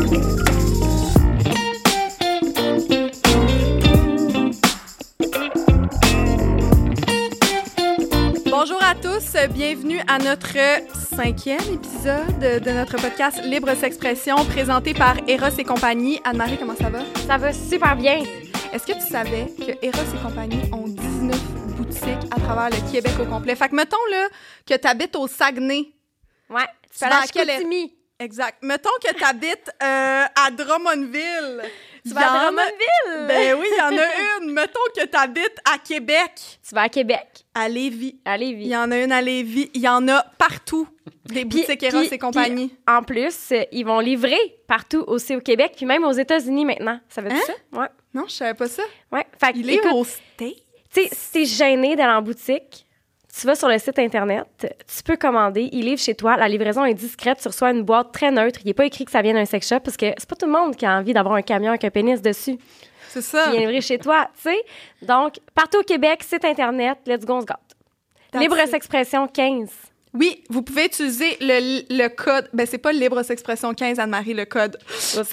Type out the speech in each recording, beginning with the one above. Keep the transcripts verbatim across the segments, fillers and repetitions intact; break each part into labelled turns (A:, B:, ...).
A: Bonjour à tous, bienvenue à notre cinquième épisode de notre podcast Libre S'expression présenté par Eros et compagnie. Anne-Marie, comment ça va?
B: Ça va super bien.
A: Est-ce que tu savais que Eros et compagnie ont dix-neuf boutiques à travers le Québec au complet? Fait que mettons là, que tu habites au Saguenay.
B: Ouais, tu,
A: tu
B: peux aller à Chicoutimi.
A: Exact. Mettons que tu habites euh, à Drummondville.
B: Tu vas à Drummondville?
A: A... Ben oui, il y en a une. Mettons que tu habites à Québec.
B: Tu vas à Québec.
A: À Lévis.
B: À Lévis.
A: Il y en a une à Lévis. Il y en a partout. Des boutiques Eros et compagnie.
B: Puis, en plus, ils vont livrer partout aussi au Québec, puis même aux États-Unis maintenant. Ça veut dire
A: hein?
B: ça? Ouais.
A: Non, je savais pas ça.
B: Ouais. Fait que,
A: il est
B: écoute,
A: au States?
B: Tu sais, si t'es gêné d'aller en boutique, tu vas sur le site Internet, tu peux commander, il livre chez toi, la livraison est discrète, tu reçois une boîte très neutre. Il n'est pas écrit que ça vient d'un sex shop parce que c'est pas tout le monde qui a envie d'avoir un camion avec un pénis dessus.
A: C'est ça.
B: Qui vient livrer chez toi, tu sais. Donc, partout au Québec, site Internet, let's go, on se gâte. Libre S'expression quinze.
A: Oui, vous pouvez utiliser le, le code. Ben, c'est pas Libre S'expression quinze, Anne-Marie, le code. C'est...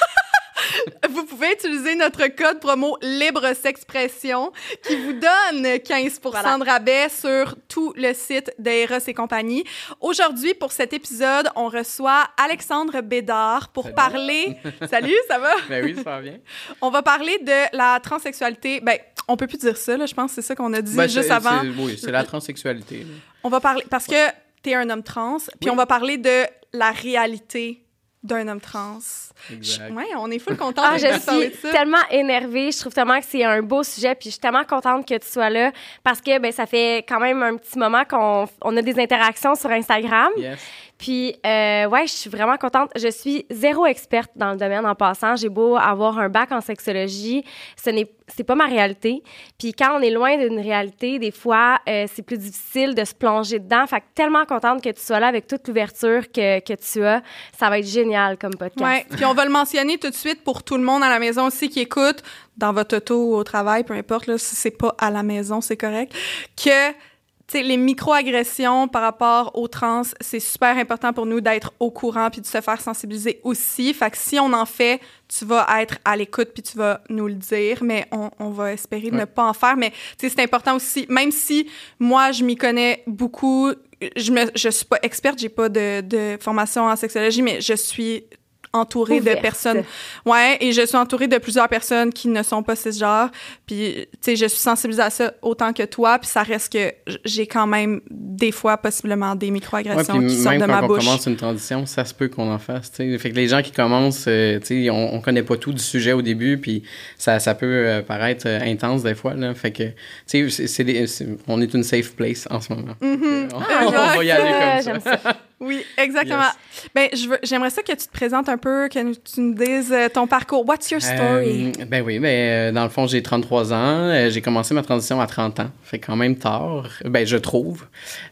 A: Vous pouvez utiliser notre code promo Libre S'expression qui vous donne quinze pour cent voilà. de rabais sur tout le site d'Eros et compagnie. Aujourd'hui, pour cet épisode, on reçoit Alexandre Bédard pour
C: Salut.
A: parler... Salut, ça va?
C: Ben oui, ça va bien.
A: On va parler de la transsexualité. Ben, on peut plus dire ça, là, je pense que c'est ça qu'on a dit
C: ben,
A: juste
C: c'est,
A: avant.
C: C'est, oui, c'est la transsexualité. Là.
A: On va parler... Parce que t'es un homme trans, puis oui. on va parler de la réalité d'un homme trans.
C: Exact.
A: Ouais, on est full contente
B: ah,
A: de
B: je
A: parler
B: suis
A: de ça.
B: tellement énervée. Je trouve tellement que c'est un beau sujet, puis je suis tellement contente que tu sois là parce que ben ça fait quand même un petit moment qu'on on a des interactions sur Instagram.
C: Yes.
B: Puis, euh, ouais, je suis vraiment contente. Je suis zéro experte dans le domaine en passant. J'ai beau avoir un bac en sexologie, ce n'est c'est pas ma réalité. Puis quand on est loin d'une réalité, des fois, euh, c'est plus difficile de se plonger dedans. Fait que tellement contente que tu sois là avec toute l'ouverture que, que tu as. Ça va être génial comme podcast.
A: Ouais, puis on va le mentionner tout de suite pour tout le monde à la maison aussi qui écoute, dans votre auto ou au travail, peu importe, là, si c'est pas à la maison, c'est correct, que... Tu sais, les micro-agressions par rapport aux trans, c'est super important pour nous d'être au courant puis de se faire sensibiliser aussi. Fait que si on en fait, tu vas être à l'écoute puis tu vas nous le dire, mais on, on va espérer
C: ouais.
A: ne pas en faire. Mais tu sais, c'est important aussi, même si moi, je m'y connais beaucoup, je me, je suis pas experte, j'ai pas de, de formation en sexologie, mais je suis entourée
B: ouverte.
A: de personnes. Ouais, et je suis entourée de plusieurs personnes qui ne sont pas cisgenres. Puis, tu sais, je suis sensibilisée à ça autant que toi. Puis ça reste que j'ai quand même, des fois, possiblement des micro-agressions
C: ouais,
A: qui sortent de ma bouche.
C: Même quand on commence une transition, ça se peut qu'on en fasse, tu sais. Fait que les gens qui commencent, euh, tu sais, on, on connaît pas tout du sujet au début, puis ça, ça peut euh, paraître euh, intense des fois, là. Fait que, tu sais, c'est, c'est des, c'est, on est une safe place en ce moment.
A: Mm-hmm.
C: On, ah, on va y aller comme ça.
B: J'aime ça.
A: Oui, exactement.
C: Yes.
A: Ben, je veux, j'aimerais ça que tu te présentes un peu, que tu nous dises euh, ton parcours. What's your story?
C: Euh, ben oui, ben euh, dans le fond, j'ai trente-trois ans. Euh, j'ai commencé ma transition à trente ans. Fait quand même tard, ben je trouve.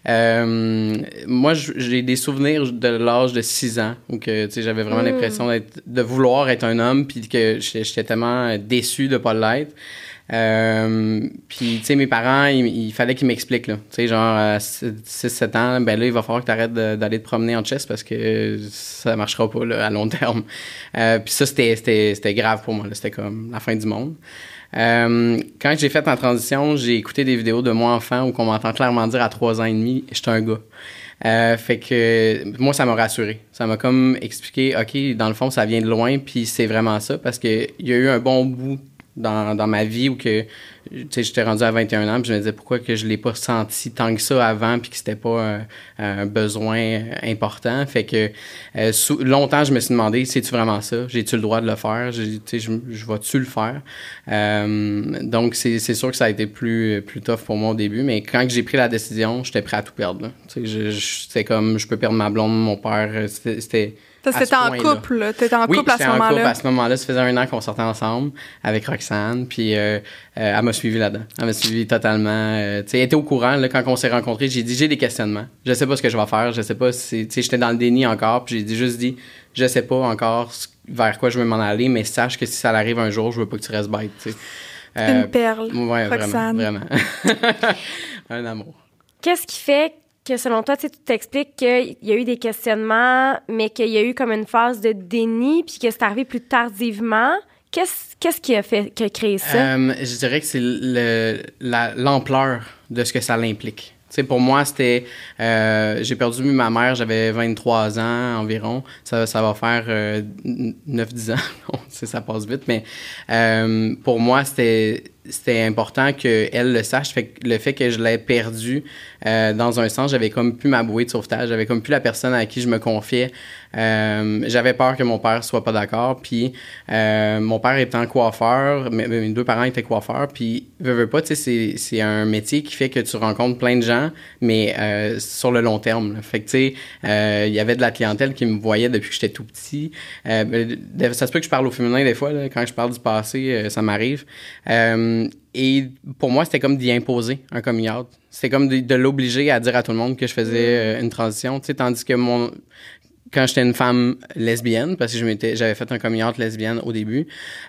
C: Euh, moi, j'ai des souvenirs de l'âge de six ans où que, tu sais, j'avais vraiment mm. l'impression d'être, de vouloir être un homme puis que j'étais tellement déçu de pas l'être. Euh, puis tu sais mes parents il, il fallait qu'ils m'expliquent là, tu sais genre à six sept ans, ben là il va falloir que tu arrêtes de, d'aller te promener en chess parce que ça marchera pas là, à long terme. Euh, puis ça c'était, c'était, c'était grave pour moi là, c'était comme la fin du monde. Euh, quand j'ai fait ma transition, j'ai écouté des vidéos de moi enfant où on m'entend clairement dire à trois ans et demi j'étais un gars. Euh, fait que moi ça m'a rassuré, ça m'a comme expliqué ok dans le fond ça vient de loin puis c'est vraiment ça parce que il y a eu un bon bout dans dans ma vie où que tu sais j'étais rendu à vingt et un ans puis je me disais pourquoi que je l'ai pas senti tant que ça avant puis que c'était pas un, un besoin important. Fait que euh, sous, longtemps je me suis demandé c'est-tu vraiment ça, j'ai-tu le droit de le faire, tu sais je, je vais-tu le faire. Euh, donc c'est c'est sûr que ça a été plus plus tough pour moi au début, mais quand j'ai pris la décision j'étais prêt à tout perdre, tu sais je, je c'était comme je peux perdre ma blonde, mon père, c'était, c'était
A: Ça, c'était en couple, là. T'étais en
C: oui,
A: couple à ce moment-là.
C: Oui, j'étais en couple à ce moment-là. Ça faisait un an qu'on sortait ensemble avec Roxane. Puis euh, euh, elle m'a suivi là-dedans. Elle m'a suivi totalement. Euh, tu sais, elle était au courant. Là, quand on s'est rencontrés, j'ai dit, j'ai des questionnements. Je sais pas ce que je vais faire. Je sais pas si... Tu sais, j'étais dans le déni encore. Puis j'ai dit, juste dit, je sais pas encore vers quoi je veux m'en aller, mais sache que si ça arrive un jour, je veux pas que tu restes bête, tu sais.
A: Euh, Une perle,
C: ouais,
A: Roxane.
C: vraiment, vraiment. Un amour.
B: Qu'est-ce qui fait que selon toi, tu sais, tu t'expliques qu'il y a eu des questionnements, mais qu'il y a eu comme une phase de déni, puis que c'est arrivé plus tardivement. Qu'est-ce, qu'est-ce qui a fait, qui a créé ça?
C: Euh, je dirais que c'est le, la, l'ampleur de ce que ça l'implique. Tu sais, pour moi, c'était... Euh, j'ai perdu ma mère, j'avais vingt-trois ans environ. Ça, ça va faire euh, neuf dix ans. Bon, ça passe vite, mais euh, pour moi, c'était... c'était important qu'elle le sache. Fait que le fait que je l'ai perdu, euh, dans un sens, j'avais comme plus ma bouée de sauvetage. J'avais comme plus la personne à qui je me confiais. Euh, j'avais peur que mon père soit pas d'accord. Puis euh, mon père étant coiffeur, mes, mes deux parents étaient coiffeurs. Puis veux, veux pas, tu sais, c'est, c'est un métier qui fait que tu rencontres plein de gens, mais euh, sur le long terme. Là. Fait que tu sais, euh, il y avait de la clientèle qui me voyait depuis que j'étais tout petit. Euh, ça se peut que je parle au féminin des fois, là, quand je parle du passé, euh, ça m'arrive. Euh, Et pour moi, c'était comme d'y imposer un coming out. C'était comme de, de l'obliger à dire à tout le monde que je faisais euh, une transition. Tu sais, tandis que mon... quand j'étais une femme lesbienne, parce que je m'étais, j'avais fait un coming out lesbienne au début,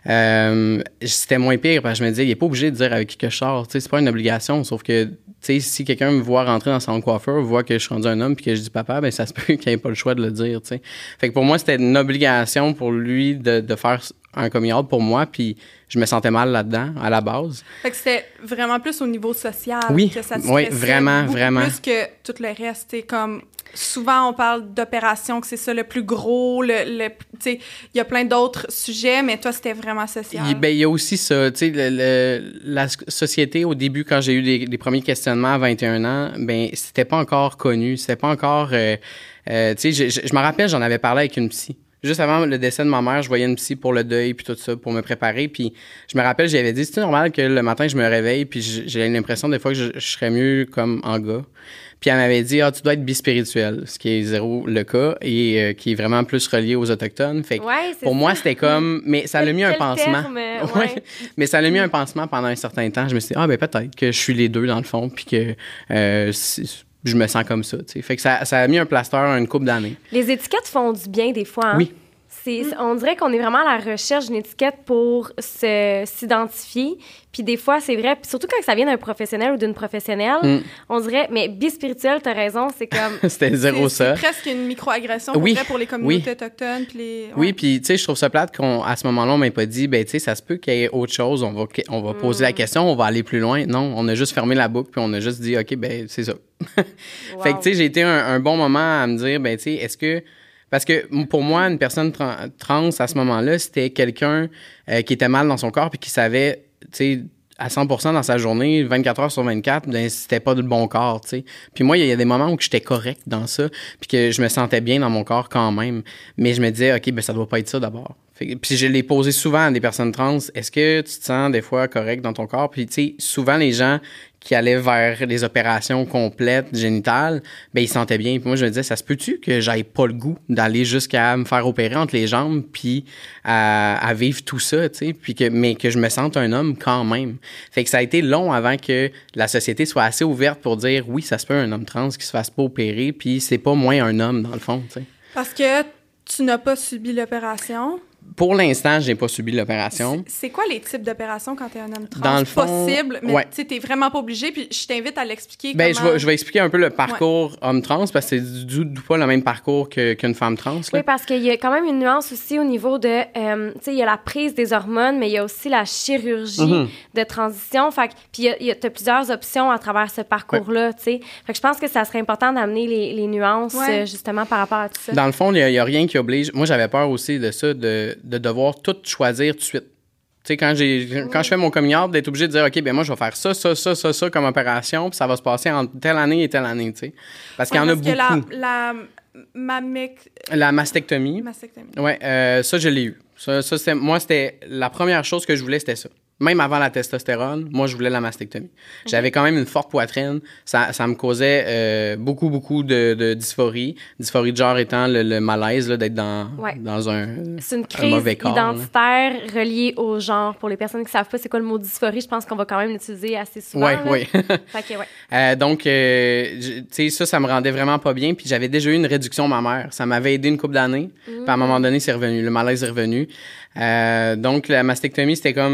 C: euh, c'était moins pire, parce que je me disais, il n'est pas obligé de dire avec qui que je sors. Tu sais, c'est pas une obligation, sauf que, tu sais, si quelqu'un me voit rentrer dans son coiffeur, voit que je suis rendu un homme puis que je dis papa, ben ça se peut qu'il ait pas le choix de le dire, tu sais. Fait que pour moi, c'était une obligation pour lui de, de faire un coming out pour moi, puis je me sentais mal là-dedans, à la base.
A: Fait que c'était vraiment plus au niveau social
C: oui,
A: que ça te
C: oui, vraiment,
A: beaucoup
C: vraiment.
A: plus que tout le reste. C'est comme, souvent, on parle d'opération, que c'est ça le plus gros, le, le tu sais, il y a plein d'autres sujets, mais toi, c'était vraiment social.
C: Il, ben, il y a aussi ça, tu sais, le, le, la société, au début, quand j'ai eu les, les premiers questionnements à vingt et un ans, ben, c'était pas encore connu, c'était pas encore, euh, euh, tu sais, je, je, je me rappelle, j'en avais parlé avec une psy. Juste avant le décès de ma mère, je voyais une psy pour le deuil puis tout ça, pour me préparer. Puis je me rappelle, j'avais dit, c'est normal que le matin, je me réveille puis j'ai l'impression des fois que je, je serais mieux comme en gars. Puis elle m'avait dit, ah, tu dois être bispirituel, ce qui est zéro le cas et euh, qui est vraiment plus relié aux Autochtones. Fait que
B: ouais,
C: pour
B: ça.
C: moi, c'était comme... Mais ça l'a mis un pansement.
B: Terme, ouais.
C: ouais. Mais ça l'a mis un pansement pendant un certain temps. Je me suis dit, ah, ben peut-être que je suis les deux dans le fond puis que... Euh, je me sens comme ça, tu sais. Fait que ça, ça a mis un plaster une couple d'années.
B: Les étiquettes font du bien des fois, hein?
C: Oui.
B: C'est, mm. On dirait qu'on est vraiment à la recherche d'une étiquette pour se, s'identifier. Puis des fois, c'est vrai, puis surtout quand ça vient d'un professionnel ou d'une professionnelle, mm. on dirait, mais bispirituel, t'as raison, c'est comme...
C: C'était zéro
A: c'est,
C: ça.
A: C'est presque une microagression pour,
C: oui.
A: vrai, pour les communautés
C: oui.
A: autochtones. Puis les... ouais.
C: Oui, puis tu sais, je trouve ça plate qu'à ce moment-là, on m'ait pas dit, ben tu sais, ça se peut qu'il y ait autre chose, on va, on va mm. poser la question, on va aller plus loin. Non, on a juste fermé la boucle, puis on a juste dit, OK, ben c'est ça. wow. Fait que tu sais, j'ai été un, un bon moment à me dire, ben tu sais, est-ce que... Parce que pour moi, une personne tra- trans, à ce moment-là, c'était quelqu'un euh, qui était mal dans son corps puis qui savait, tu sais, à cent pour cent dans sa journée, vingt-quatre heures sur vingt-quatre, ben, c'était pas le bon corps, tu sais. Puis moi, il y a des moments où j'étais correct dans ça puis que je me sentais bien dans mon corps quand même. Mais je me disais, OK, ben ça doit pas être ça d'abord. Fait, puis je l'ai posé souvent à des personnes trans. Est-ce que tu te sens des fois correct dans ton corps? Puis tu sais, souvent les gens qui allaient vers des opérations complètes génitales, ben ils se sentaient bien. Puis moi, je me disais, ça se peut-tu que j'aille pas le goût d'aller jusqu'à me faire opérer entre les jambes puis à, à vivre tout ça, tu sais, puis que, mais que je me sente un homme quand même. Fait que ça a été long avant que la société soit assez ouverte pour dire, oui, ça se peut un homme trans qui se fasse pas opérer, puis c'est pas moins un homme dans le fond, tu sais.
A: Parce que tu n'as pas subi l'opération.
C: Pour l'instant, j'ai pas subi l'opération.
A: C'est, c'est quoi les types d'opérations quand t'es un homme trans?
C: Dans le fond,
A: possible, mais
C: ouais.
A: tu sais, t'es vraiment pas obligé, puis je t'invite à l'expliquer.
C: Ben,
A: comment...
C: je vais, je vais expliquer un peu le parcours ouais. homme-trans, parce que c'est du tout pas le même parcours que, qu'une femme trans. Là.
B: Oui, parce qu'il y a quand même une nuance aussi au niveau de, euh, tu sais, il y a la prise des hormones, mais il y a aussi la chirurgie mm-hmm. de transition. Fait que, puis il y a, t'as plusieurs options à travers ce parcours-là, ouais. tu sais. Fait que je pense que ça serait important d'amener les, les nuances, ouais. euh, justement, par rapport à tout ça.
C: Dans le fond, il y, y a rien qui oblige. Moi, j'avais peur aussi de ça, de, de devoir tout choisir tout de suite. Tu sais, quand j'ai mmh. quand je fais mon coming out, d'être obligé de dire, OK, ben moi, je vais faire ça, ça, ça, ça, ça comme opération, puis ça va se passer en telle année et telle année, tu sais. Parce ouais, qu'il y en a beaucoup.
A: Que la, la, mamec...
C: la mastectomie.
A: Mastectomie.
C: Ouais, euh, ça, je l'ai eu. Ça, ça c'était, moi, c'était la première chose que je voulais, c'était ça. Même avant la testostérone, moi, je voulais la mastectomie. Okay. J'avais quand même une forte poitrine. Ça, ça me causait euh, beaucoup, beaucoup de, de dysphorie. Dysphorie de genre étant le, le malaise là, d'être dans, ouais. dans un,
B: c'est une crise
C: un mauvais corps,
B: identitaire là. Reliée au genre. Pour les personnes qui savent pas c'est quoi le mot dysphorie, je pense qu'on va quand même l'utiliser assez souvent.
C: Oui, oui.
B: Fait que, ouais.
C: euh, donc, euh, tu sais, ça, ça me rendait vraiment pas bien. Puis j'avais déjà eu une réduction mammaire. Ça m'avait aidé une couple d'années. Mm. Puis à un moment donné, c'est revenu. Le malaise est revenu. Euh, donc, la mastectomie, c'était comme sûr.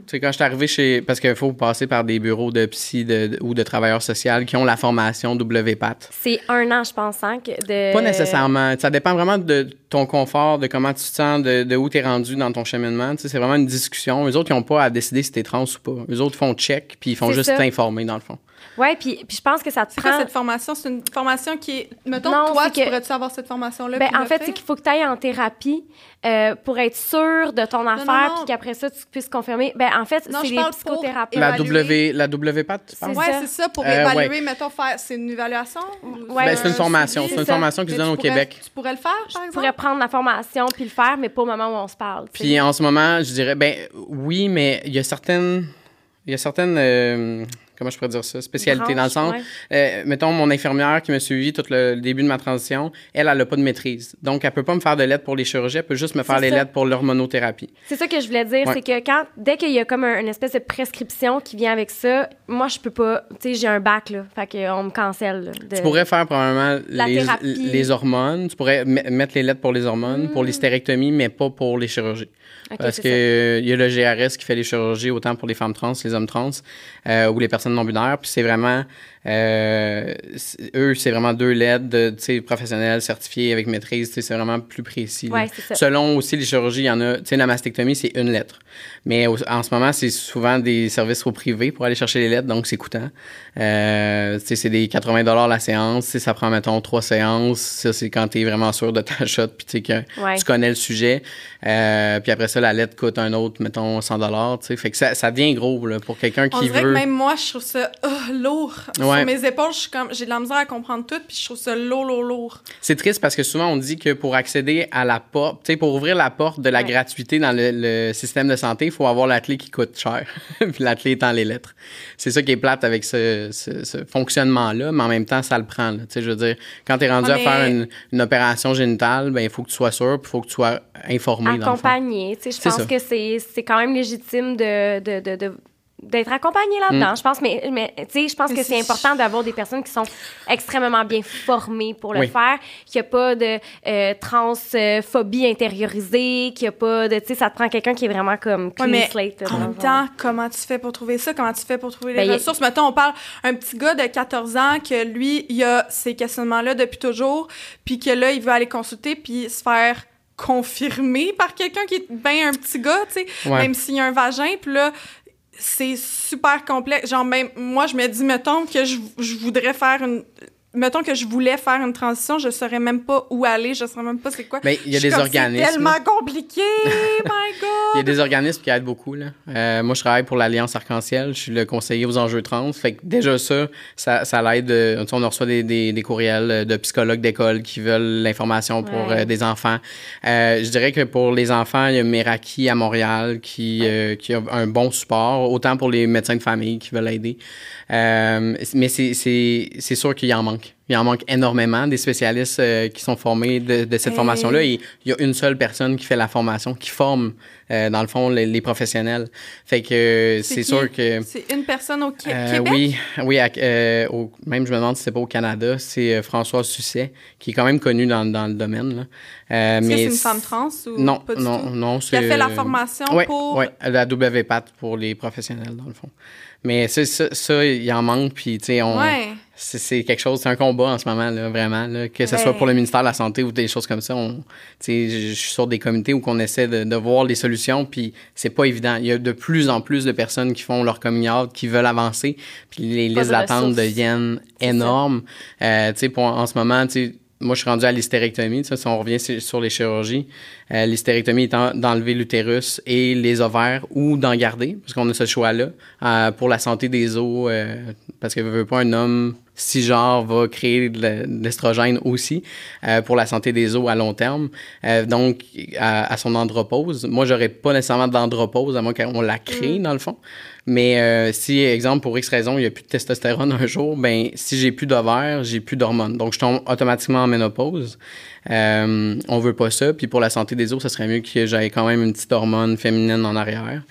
C: sais, quand je suis arrivé chez... Parce qu'il faut passer par des bureaux de psy de, de, ou de travailleurs sociaux qui ont la formation W P A T.
B: C'est un an, je pense, hein, que de...
C: Pas nécessairement. Ça dépend vraiment de ton confort, de comment tu te sens, de, de où tu es rendu dans ton cheminement. Tu sais, c'est vraiment une discussion. Eux autres, ils n'ont pas à décider si tu es trans ou pas. Eux autres font check, puis ils font
B: C'est
C: juste
B: ça.
C: t'informer, dans le fond.
B: Oui, puis, puis je pense que ça te
A: C'est
B: prend...
A: quoi cette formation? C'est une formation qui est... Mettons,
B: Non,
A: toi,
B: c'est
A: tu
B: que-
A: pourrais-tu avoir cette formation-là?
B: Ben,
A: puis
B: en fait,
A: l'offrir?
B: c'est qu'il faut que tu ailles en thérapie euh, pour être sûr de ton affaire,
A: non, non.
B: puis qu'après ça, tu puisses confirmer. Ben, en fait,
A: Non,
B: c'est
A: je
B: les
A: parle pour
B: psychothérapeutes.
C: La,
A: Évaluer.
C: w, la W P A T, tu parles?
B: C'est
A: Ouais,
B: ça.
A: c'est ça, pour
C: Euh,
A: évaluer,
C: ouais.
A: mettons, faire... C'est une évaluation? ou
B: Ouais.
C: Ben, c'est une
A: un
C: formation.
A: suivi?
C: C'est une
B: ça.
C: formation qui se
A: Mais
C: donne
A: tu
C: au
A: pourrais-
C: Québec.
A: Tu pourrais le faire, par
B: Je
A: exemple?
B: pourrais prendre la formation puis le faire, mais pas au moment où on se parle. tu sais.
C: Puis en ce moment, je dirais, ben oui, mais il y a certaines... Il y a certaines... euh, comment je pourrais dire ça? Spécialités, dans le sens...
B: Branche,
C: Euh, mettons, mon infirmière qui m'a suivi tout le début de ma transition, elle, elle n'a pas de maîtrise. Donc, elle peut pas me faire de lettres pour les chirurgies, elle peut juste me faire
B: C'est
C: les
B: ça.
C: lettres pour l'hormonothérapie.
B: C'est ça que je voulais dire,
C: Ouais.
B: c'est que quand, dès qu'il y a comme un- une espèce de prescription qui vient avec ça, moi, je peux pas, tu sais, j'ai un bac, là, fait qu'on me cancelle. là, de-
C: Tu pourrais faire probablement
B: La
C: les,
B: thérapie.
C: les hormones, tu pourrais m- mettre les lettres pour les hormones, pour l'hystérectomie, mais pas pour les chirurgies.
B: Ok,
C: Parce
B: c'est
C: que euh, il y a le G R S qui fait les chirurgies autant pour les femmes trans, les hommes trans, euh, ou les personnes non-binaires. Puis c'est vraiment... Euh, c'est- eux, c'est vraiment deux lettres de, tu sais, professionnels certifiés avec maîtrise. Tu sais, c'est vraiment plus précis. là.
B: Ouais, c'est ça.
C: Selon aussi les chirurgies, il y en a... Tu sais, la mastectomie, c'est une lettre. Mais au- en ce moment, c'est souvent des services au privé pour aller chercher les lettres, donc c'est coûtant. Euh, tu sais, c'est des quatre-vingts dollars la séance. Tu sais, ça prend, mettons, trois séances. Ça, c'est quand tu es vraiment sûr de ta shot, puis tu sais que
B: Ouais.
C: tu connais le sujet. Euh, puis après ça, la lettre coûte un autre, mettons, cent dollars. Tu sais, fait que ça, ça devient gros là, pour quelqu'un
A: On
C: qui
A: dirait
C: veut...
A: que même moi, je trouve ça oh, lourd.
C: Ouais.
A: Sur mes épaules, je suis comme, j'ai de la misère à comprendre tout, puis je trouve ça lourd, lourd, lourd.
C: C'est triste parce que souvent, on dit que pour accéder à la porte, tu sais, pour ouvrir la porte de la
B: Ouais.
C: gratuité dans le, le système de santé, il faut avoir la clé qui coûte cher. Puis la clé étant les lettres. C'est ça qui est plate avec ce, ce, ce fonctionnement-là, mais en même temps, ça le prend. là. Tu sais, je veux dire, quand tu es rendu
A: Ah,
C: à
A: mais-
C: faire une, une opération génitale, ben il faut que tu sois sûr, puis il faut que tu sois informé. Dans le fond.
B: Accompagné, tu sais, je
C: C'est
B: pense
C: ça.
B: que c'est, c'est quand même légitime de, de, de, de- d'être accompagné là-dedans, je pense, mais, mais tu sais, je pense
A: Mais
B: que c'est
A: c'est-
B: important d'avoir des personnes qui sont extrêmement bien formées pour le
C: Oui.
B: faire, qu'il n'y a pas de euh, transphobie intériorisée, qu'il n'y a pas de, tu sais, ça te prend quelqu'un qui est vraiment comme clean
A: Ouais, mais
B: slate. là,
A: en
B: dans
A: même
B: le fond.
A: temps, comment tu fais pour trouver ça? Comment tu fais pour trouver les
B: Ben, y a-
A: ressources? Mettons, on parle un petit gars de quatorze ans que lui, il a ces questionnements-là depuis toujours, puis que là, il veut aller consulter puis se faire confirmer par quelqu'un qui est bien un petit gars, tu sais,
C: Ouais.
A: même s'il y a un vagin, puis là, c'est super complexe. Genre, même moi, je me dis, mettons que je, je voudrais faire une... Mettons que je voulais faire une transition, je saurais même pas où aller, je saurais même pas c'est quoi.
C: Mais il y a
A: Je suis
C: des
A: comme,
C: organismes.
A: C'est tellement compliqué, my God!
C: Il y a des organismes qui aident beaucoup. Là. Euh, moi, je travaille pour l'Alliance Arc-en-Ciel. Je suis le conseiller aux enjeux trans. Fait que déjà ça, ça, ça l'aide. euh, tu sais, on reçoit des, des, des courriels de psychologues d'école qui veulent l'information pour
B: Ouais.
C: euh, des enfants. Euh, je dirais que pour les enfants, il y a Meraki à Montréal qui, euh, qui a un bon support, autant pour les médecins de famille qui veulent aider. Euh, mais c'est, c'est, c'est sûr qu'il y en manque. Il en manque énormément des spécialistes euh, qui sont formés de, de cette
A: Hey.
C: formation-là. Et il y a une seule personne qui fait la formation, qui forme, euh, dans le fond, les, les professionnels. Fait que euh, c'est,
A: qui?
C: sûr que...
A: C'est une personne au Qué-
C: Euh,
A: Québec?
C: oui, oui à- euh, au- même je me demande si c'est pas au Canada, c'est euh, Françoise Susset, qui est quand même connue dans, dans le domaine. Là. Euh,
A: Est-ce
C: mais
A: que c'est une
C: c-
A: femme trans ou
C: Non,
A: pas du
C: non,
A: tout?
C: non.
A: Qui a
C: c'est,
A: fait la
C: euh,
A: formation
C: ouais,
A: pour...
C: ouais, la W P A T pour les professionnels, dans le fond. Mais ça, ça, ça, il en manque, puis tu sais, on...
A: Ouais.
C: C'est, c'est quelque chose, c'est un combat en ce moment, là, vraiment. Là, que ce
A: Ben-
C: soit pour le ministère de la Santé ou des choses comme ça. On, tu sais, je je suis sur des comités où on essaie de, de voir les solutions, puis c'est pas évident. Il y a de plus en plus de personnes qui font leur coming out, qui veulent avancer, puis les
B: Pas
C: listes
B: de
C: d'attente
B: ressources.
C: deviennent
B: C'est
C: énormes. Euh, tu sais, pour- en ce moment, tu sais, moi, je suis rendu à l'hystérectomie. Tu sais, si on revient sur, sur les chirurgies, euh, l'hystérectomie étant d'enlever l'utérus et les ovaires ou d'en garder, parce qu'on a ce choix-là, euh, pour la santé des os, euh, parce que veut pas un homme cisgenre va créer de la- de l'estrogène aussi euh, pour la santé des os à long terme. Euh, donc, à, à son andropause. Moi, j'aurais pas nécessairement d'andropause, à moins qu'on la crée, dans le fond. Mais euh, si, exemple, pour X raison, il n'y a plus de testostérone un jour, ben si j'ai plus d'ovaires, j'ai plus d'hormones. Donc, je tombe automatiquement en ménopause. Euh, on veut pas ça. Puis pour la santé des os, ça serait mieux que j'aille quand même une petite hormone féminine en arrière.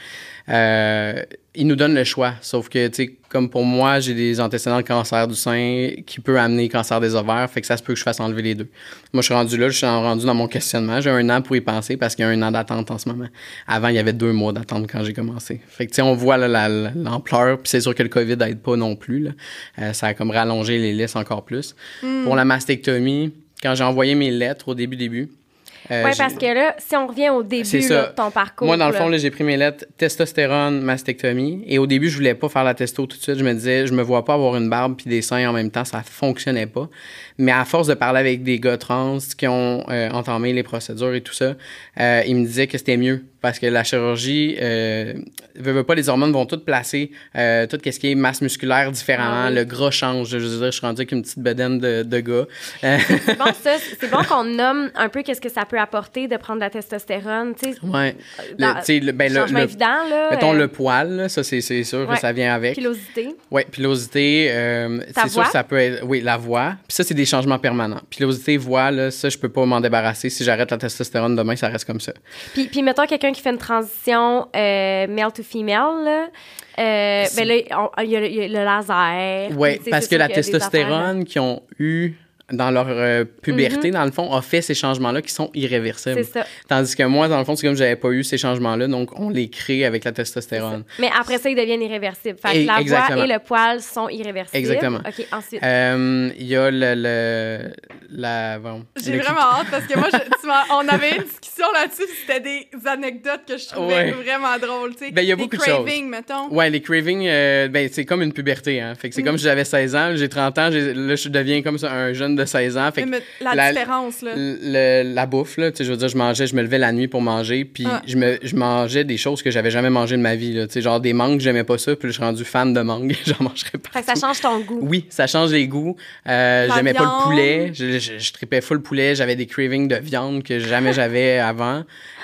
C: Euh, ils nous donnent le choix. Sauf que, tu sais, comme pour moi, j'ai des antécédents de cancer du sein qui peut amener cancer des ovaires. Fait que ça se peut que je fasse enlever les deux. Moi, je suis rendu là, je suis rendu dans mon questionnement. J'ai un an pour y penser parce qu'il y a un an d'attente en ce moment. Avant, il y avait deux mois d'attente quand j'ai commencé. Fait que, tu sais, on voit là, la, la, l'ampleur. Puis c'est sûr que le COVID n'aide pas non plus, là. Euh, ça a comme rallongé les listes encore plus. Mm. Pour la mastectomie, quand j'ai envoyé mes lettres au début, début,
B: Euh, oui, parce que là, si on revient au début là, de ton parcours...
C: Moi, dans le fond, là, j'ai pris mes lettres testostérone, mastectomie. Et au début, je voulais pas faire la testo tout de suite. Je me disais, je me vois pas avoir une barbe puis des seins en même temps. Ça fonctionnait pas. Mais à force de parler avec des gars trans qui ont euh, entamé les procédures et tout ça, euh, ils me disaient que c'était mieux. Parce que la chirurgie, euh, veut, veut pas, les hormones vont toutes placer euh, tout ce qui est masse musculaire différemment. Ah oui. Le gras change. Je veux dire, je suis rendu avec une petite bedaine de, de gars.
B: C'est bon, ça. C'est bon qu'on nomme un peu qu'est-ce que ça peut apporter de prendre de la testostérone. Tu sais,
C: ouais. Le, le, ben, le,
B: changement
C: le,
B: évident, là.
C: Mettons
B: euh...
C: le poil, là, ça, c'est, c'est sûr
B: ouais.
C: que ça vient avec.
B: Pilosité.
C: Oui, pilosité. Euh, c'est
B: voix?
C: sûr que ça peut être... Oui, la voix. Puis ça, c'est des changements permanents. Pilosité, voix, là, ça, je peux pas m'en débarrasser. Si j'arrête la testostérone demain, ça reste comme ça.
B: Puis, puis mettons quelqu'un qui fait une transition euh, male to female, là. Euh, ben là, il y, y a le laser.
C: Oui, parce que la testostérone qu'ils ont eu dans leur euh, puberté, mm-hmm. dans le fond, a fait ces changements-là qui sont irréversibles.
B: C'est ça.
C: Tandis que moi, dans le fond, c'est comme j'avais pas eu ces changements-là, donc on les crée avec la testostérone.
B: Mais après ça, ils deviennent irréversibles. Fait que et, la exactement. voix et le poil sont irréversibles.
C: Exactement.
B: OK, ensuite.
C: Il euh, y a le... le la, bon,
A: J'ai
C: le
A: vraiment hâte parce que moi, je, tu on avait une discussion là-dessus, c'était des anecdotes que je trouvais ouais. vraiment drôles. Tu sais,
C: ben, il y a beaucoup de choses.
A: Les cravings, mettons.
C: Ouais, les cravings, euh, ben, c'est comme une puberté. Hein. Fait que c'est mm. comme si j'avais seize ans, j'ai trente ans, j'ai, là, je deviens comme ça, un jeune de seize ans. Fait que
A: mais la, la différence, là.
C: Le, la bouffe, là, tu sais, je veux dire, je mangeais, je me levais la nuit pour manger, puis ah. je, me, je mangeais des choses que j'avais jamais mangées de ma vie, là. Tu sais, genre des mangues, j'aimais pas ça, puis je suis rendu fan de mangues, j'en mangerais pas.
B: Fait que ça change ton goût.
C: Oui, ça change les goûts. Euh, j'aimais viande. pas le poulet, je, je, je tripais full poulet, j'avais des cravings de viande que jamais j'avais avant.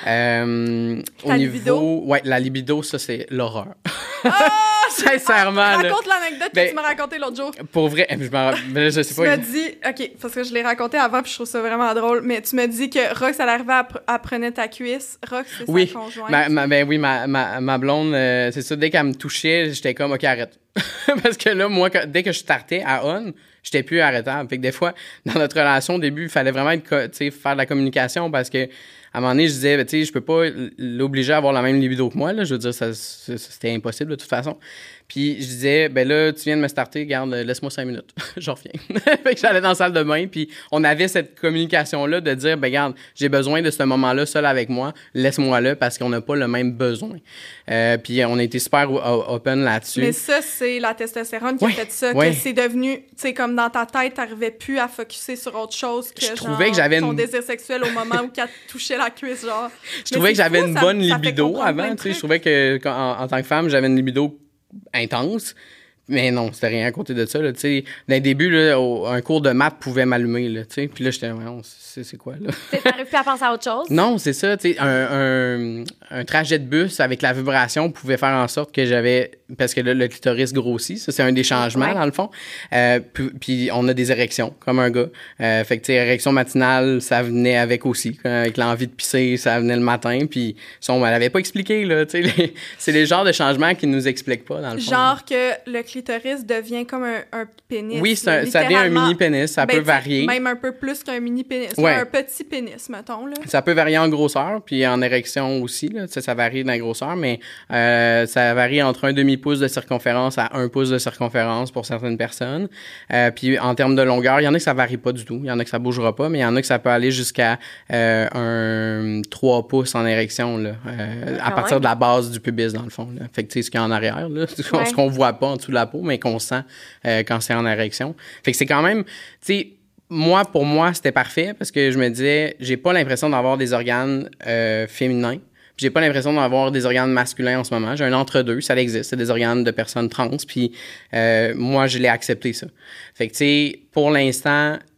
C: Euh,
A: au niveau, libido?
C: Ouais, la libido, ça, c'est l'horreur.
A: Ah!
C: Sincèrement.
A: Ah, raconte là. l'anecdote ben, que tu m'as racontée l'autre jour.
C: Pour vrai, je, ben, je sais
A: tu
C: pas.
A: Tu m'as dit, OK, parce que je l'ai raconté avant puis je trouve ça vraiment drôle, mais tu m'as dit que Rox, elle arrivait, elle prenait ta cuisse. Rox, c'est
C: oui.
A: sa conjointe.
C: Ma, ma, ben oui, ma, ma, ma blonde, euh, c'est ça, dès qu'elle me touchait, j'étais comme, OK, arrête. Parce que là, moi, quand, dès que je startais à on, j'étais plus arrêtable. Fait que des fois, dans notre relation, au début, il fallait vraiment être, faire de la communication parce que à un moment donné, je disais, ben, tu sais, je peux pas l'obliger à avoir la même libido que moi, là. Je veux dire, ça, c'était impossible, de toute façon. Puis je disais, ben là, tu viens de me starter, garde, laisse-moi cinq minutes. J'en reviens. Fait que j'allais dans la salle de bain, puis on avait cette communication-là de dire, ben garde, j'ai besoin de ce moment-là seul avec moi, laisse-moi là, parce qu'on n'a pas le même besoin. Euh, puis on a été super open là-dessus.
A: Mais ça, c'est la testostérone qui
C: ouais,
A: a fait ça,
C: ouais.
A: que c'est devenu, tu sais, comme dans ta tête, t'arrivais plus à focusser sur autre chose que,
C: je
A: genre,
C: trouvais que j'avais
A: ton
C: une...
A: désir sexuel au moment où qu'elle touchait la cuisse, genre.
C: Je trouvais que j'avais
A: fou,
C: une
A: ça,
C: bonne
A: ça
C: libido avant, tu sais, je trouvais que en, en tant que femme, j'avais une libido intense. Mais non, c'était rien à côté de ça, là, tu sais. Dans le début, là, au, un cours de maths pouvait m'allumer, là, tu sais. Puis là, j'étais, ouais, c'est, c'est quoi, là?
B: T'arrives plus à penser à autre chose?
C: Non, c'est ça, tu sais. Un, un, un trajet de bus avec la vibration pouvait faire en sorte que j'avais... Parce que là, le clitoris grossit, ça, c'est un des changements, ouais. dans le fond. Euh, puis, puis on a des érections, comme un gars. Euh, fait que, tu sais, érection matinale, ça venait avec aussi. Avec l'envie de pisser, ça venait le matin. Puis ça, on ne l'avait pas expliqué, là, tu sais. Les, c'est les genres de changements qui ne nous expliquent pas, dans le fond.
A: Genre que le clitoris devient comme un, un pénis.
C: Oui, c'est un, ça devient un mini-pénis, ça ben, peut varier.
A: Même un peu plus qu'un mini-pénis.
C: Ouais.
A: Un petit pénis, mettons. Là.
C: Ça peut varier en grosseur, puis en érection aussi. Là. Ça, ça varie dans la grosseur, mais euh, ça varie entre un demi-pouce de circonférence à un pouce de circonférence pour certaines personnes. Euh, puis en termes de longueur, il y en a que ça varie pas du tout. Il y en a que ça bougera pas, mais il y en a que ça peut aller jusqu'à euh, un trois pouces en érection, là, euh, à partir de la base du pubis, dans le fond. Là. Fait que tu sais, ce qu'il y a en arrière, là, ouais. ce qu'on voit pas en dessous de la peau, mais qu'on sent euh, quand c'est en érection. Fait que c'est quand même, tu sais, moi, pour moi, c'était parfait parce que je me disais, j'ai pas l'impression d'avoir des organes euh, féminins. J'ai pas l'impression d'avoir des organes masculins en ce moment. J'ai un entre-deux, ça existe. C'est des organes de personnes trans. Puis euh, moi, je l'ai accepté, ça. Fait que, tu sais, pour l'instant, je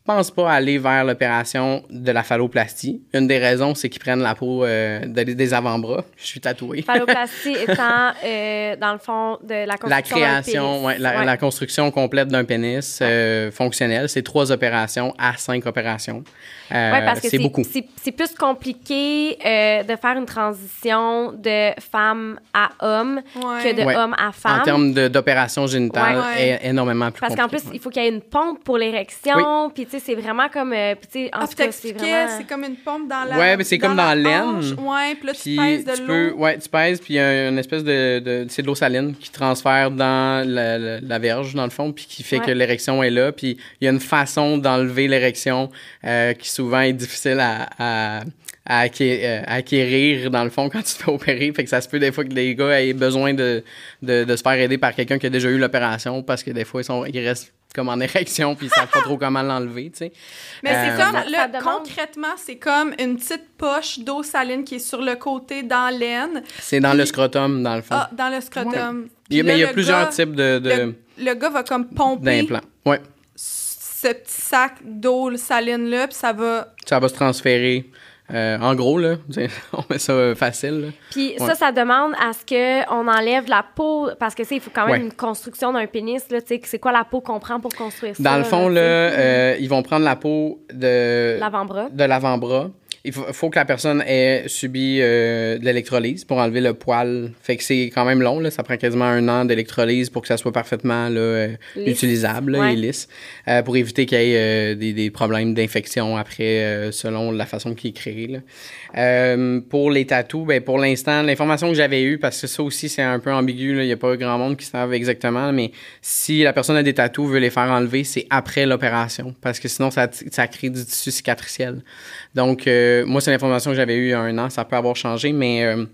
C: pense pas aller vers l'opération de la phalloplastie. Une des raisons, c'est qu'ils prennent la peau euh, de, des avant-bras. Je suis tatouée.
B: Phalloplastie étant, euh, dans le fond, de la construction
C: La création, ouais, la,
B: ouais.
C: la construction complète d'un pénis euh, fonctionnel. C'est trois opérations à cinq opérations. Euh,
B: oui, parce que
C: c'est
B: c'est,
C: beaucoup.
B: c'est, c'est plus compliqué euh, de faire une transition de femme à homme
A: Ouais.
B: que de
C: Ouais.
B: homme à femme.
C: En termes de, d'opération génitale,
A: Ouais.
C: est énormément plus
B: Parce
C: compliqué.
B: qu'en plus,
C: ouais.
B: il faut qu'il y ait une pompe pour l'érection. Puis, tu sais, c'est vraiment comme. euh, puis, tu sais, en
A: Ah,
B: tout
A: tu
B: cas, c'est
A: t'expliquais,
B: vraiment.
A: c'est comme une pompe dans la
C: Ouais, mais c'est comme dans
A: la
C: l'aine.
A: hanche. Ouais, puis là, tu
C: Puis
A: pèses de
C: tu
A: l'eau.
C: peux, ouais, tu pèses, puis il y a une espèce de, de c'est de l'eau saline qui transfère dans la, la, la verge, dans le fond, puis qui fait
B: Ouais.
C: que l'érection est là. Puis il y a une façon d'enlever l'érection euh, qui souvent est difficile à, à, à, acqué- euh, à acquérir, dans le fond, quand tu te fais opérer. Fait que ça se peut des fois que les gars aient besoin de, de, de se faire aider par quelqu'un qui a déjà eu l'opération, parce que des fois, ils, sont, ils restent comme en érection, puis ils savent pas trop comment l'enlever, tu sais.
A: Mais c'est
C: Euh,
A: comme,
B: ça-
A: là,
B: ça demande-
A: concrètement, c'est comme une petite poche d'eau saline qui est sur le côté dans l'aine,
C: C'est dans
A: Puis-
C: le scrotum, dans le fond.
A: ah, dans le scrotum.
C: Il y a-
A: Puis
C: mais
A: là,
C: il y a
A: le
C: plusieurs
A: gars-
C: types de, de,
A: Le, le gars va comme pomper
C: d'implants. Ouais.
A: ce petit sac d'eau saline-là, puis ça va...
C: Ça va se transférer. Euh, en gros, là, on met ça euh, facile. Là.
B: Puis
C: Ouais.
B: ça, ça demande à ce qu'on enlève la peau, parce que, tu sais, il faut quand même
C: Ouais.
B: une construction d'un pénis, là, tu sais, c'est quoi la peau qu'on prend pour construire ça?
C: Dans le fond,
B: tu
C: là,
B: sais?
C: euh, ils vont prendre la peau de,
B: L'avant-bras.
C: de l'avant-bras. Il faut, faut que la personne ait subi euh, de l'électrolyse pour enlever le poil. Fait que c'est quand même long, là. Ça prend quasiment un an d'électrolyse pour que ça soit parfaitement là, euh,
B: Lisse.
C: utilisable là,
B: Ouais.
C: et lisse. Euh, pour éviter qu'il y ait euh, des, des problèmes d'infection après, euh, selon la façon qu'il est créé. Là. Euh, pour les tatous, ben, pour l'instant, l'information que j'avais eue, parce que ça aussi, c'est un peu ambigu, là. Il n'y a pas grand monde qui savent exactement, mais si la personne a des tatous, veut les faire enlever, c'est après l'opération. Parce que sinon, ça, ça crée du tissu cicatriciel. Donc, euh, moi, c'est l'information que j'avais eue il y a un an. Ça peut avoir changé, mais euh,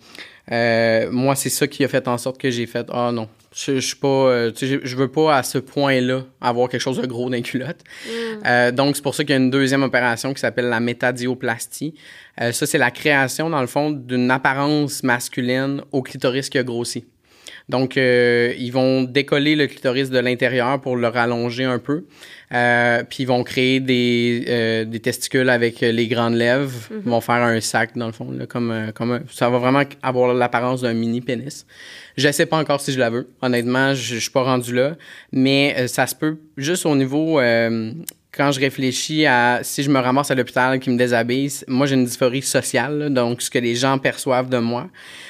C: euh, moi, c'est ça qui a fait en sorte que j'ai fait « Ah non, je, je suis pas... Euh, tu sais, je, je veux pas à ce point-là avoir quelque chose de gros dans les culottes.
B: Mm.
C: Euh, donc, c'est pour ça qu'il y a une deuxième opération qui s'appelle la métadioplastie. Euh, ça, c'est la création, dans le fond, d'une apparence masculine au clitoris qui a grossi. Donc, euh, ils vont décoller le clitoris de l'intérieur pour le rallonger un peu. Euh, puis, ils vont créer des, euh, des testicules avec les grandes lèvres.
B: Mm-hmm.
C: Ils vont faire un sac, dans le fond. Là, comme, euh, comme un- ça va vraiment avoir l'apparence d'un mini-pénis. Je ne sais pas encore si je la veux. Honnêtement, je ne suis pas rendu là. Mais euh, ça se peut juste au niveau... Euh, quand je réfléchis à si je me ramasse à l'hôpital qui me déshabille, moi, j'ai une dysphorie sociale. Là, donc, ce que les gens perçoivent de moi.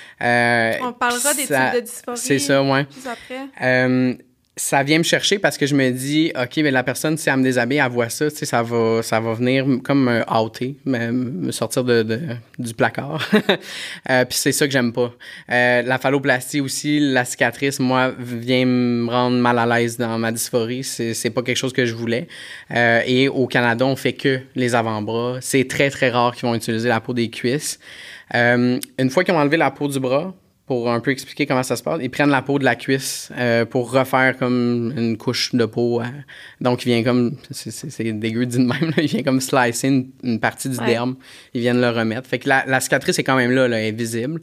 C: Euh,
A: On parlera des
C: ça-
A: types de dysphorie.
C: C'est ça, ouais.
A: Plus après.
C: Euh, ça vient me chercher parce que je me dis, OK, mais la personne, si elle me déshabille, elle voit ça, tu sais, ça va, ça va venir comme me outer, me, me sortir de, de, du placard. euh, Puis c'est ça que j'aime pas. Euh, la phalloplastie aussi, la cicatrice, moi, vient me rendre mal à l'aise dans ma dysphorie. C'est, c'est pas quelque chose que je voulais. Euh, et au Canada, on fait que les avant-bras. C'est très, très rare qu'ils vont utiliser la peau des cuisses. Euh, une fois qu'ils ont enlevé la peau du bras, pour un peu expliquer comment ça se passe, ils prennent la peau de la cuisse euh, pour refaire comme une couche de peau. Euh, donc, il vient comme... C'est, c'est, c'est dégueu dit de même. Là, il vient comme slicer une, une partie du
B: Ouais.
C: derme. Ils viennent le remettre. Fait que la, la cicatrice est quand même là, là, elle est visible.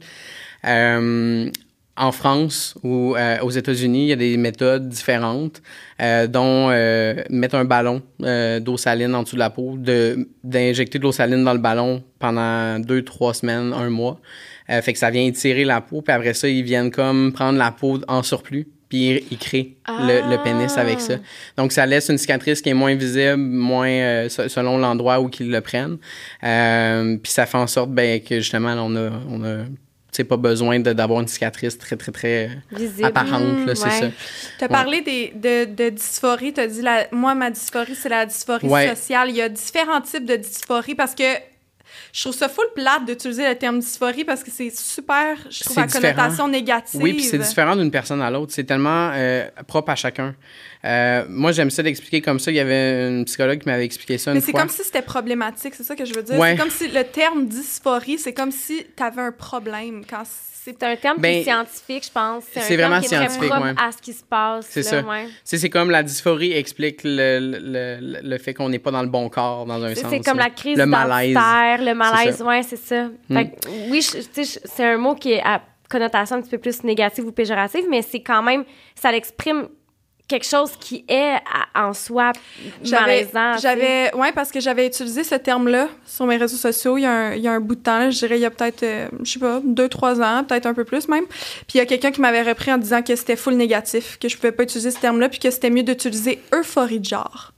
C: Euh, en France ou euh, aux États-Unis, il y a des méthodes différentes, euh, dont euh, mettre un ballon euh, d'eau saline en dessous de la peau, de, d'injecter de l'eau saline dans le ballon pendant deux, trois semaines, un mois. Euh, fait que ça vient étirer la peau, puis après ça, ils viennent comme prendre la peau en surplus, puis ils, ils créent le, le pénis avec ça. Donc, ça laisse une cicatrice qui est moins visible, moins euh, selon l'endroit où ils le prennent. Euh, puis ça fait en sorte ben, que justement, là, on a... On a c'est pas besoin de, d'avoir une cicatrice très, très, très
B: Visible.
C: apparente, là, c'est
B: Ouais.
C: ça.
A: Tu as parlé des, de, de dysphorie. Tu as dit, la, moi, ma dysphorie, c'est la dysphorie
C: Ouais.
A: sociale. Il y a différents types de dysphorie parce que je trouve ça full plate d'utiliser le terme dysphorie parce que c'est super, je trouve,
C: C'est
A: à
C: différent.
A: connotation négative.
C: Oui, puis c'est différent d'une personne à l'autre. C'est tellement euh, propre à chacun. Euh, moi, j'aime ça l'expliquer comme ça. Il y avait une psychologue qui m'avait expliqué ça une
A: Mais c'est
C: fois.
A: comme si c'était problématique, c'est ça que je veux dire.
C: Ouais.
A: C'est comme si le terme dysphorie, c'est comme si tu avais un problème quand c'est...
B: C'est un terme
C: Ben,
B: qui est scientifique, je pense. C'est,
C: c'est
B: un terme
C: vraiment
B: qui est très
C: scientifique,
B: propre
C: ouais.
B: à ce qui se passe.
C: C'est
B: là,
C: ça.
B: ouais.
C: Tu sais, c'est comme la dysphorie explique le, le, le, le fait qu'on n'est pas dans le bon corps, dans un
B: C'est,
C: sens.
B: c'est comme
C: là.
B: la crise
C: Le malaise.
B: identitaire, le malaise,
C: C'est ça.
B: ouais, c'est ça.
C: Mm.
B: Fait que, oui, je- tu sais, je- c'est un mot qui est à connotation un petit peu plus négative ou péjorative, mais c'est quand même, ça l'exprime quelque chose qui est à, en soi
A: j'avais,
B: malaisant.
A: J'avais, ouais, parce que j'avais utilisé ce terme-là sur mes réseaux sociaux il y a un, il y a un bout de temps, là, je dirais il y a peut-être, euh, je sais pas, deux, trois ans, peut-être un peu plus même. Puis il y a quelqu'un qui m'avait repris en disant que c'était full négatif, que je pouvais pas utiliser ce terme-là, puis que c'était mieux d'utiliser euphorie de genre.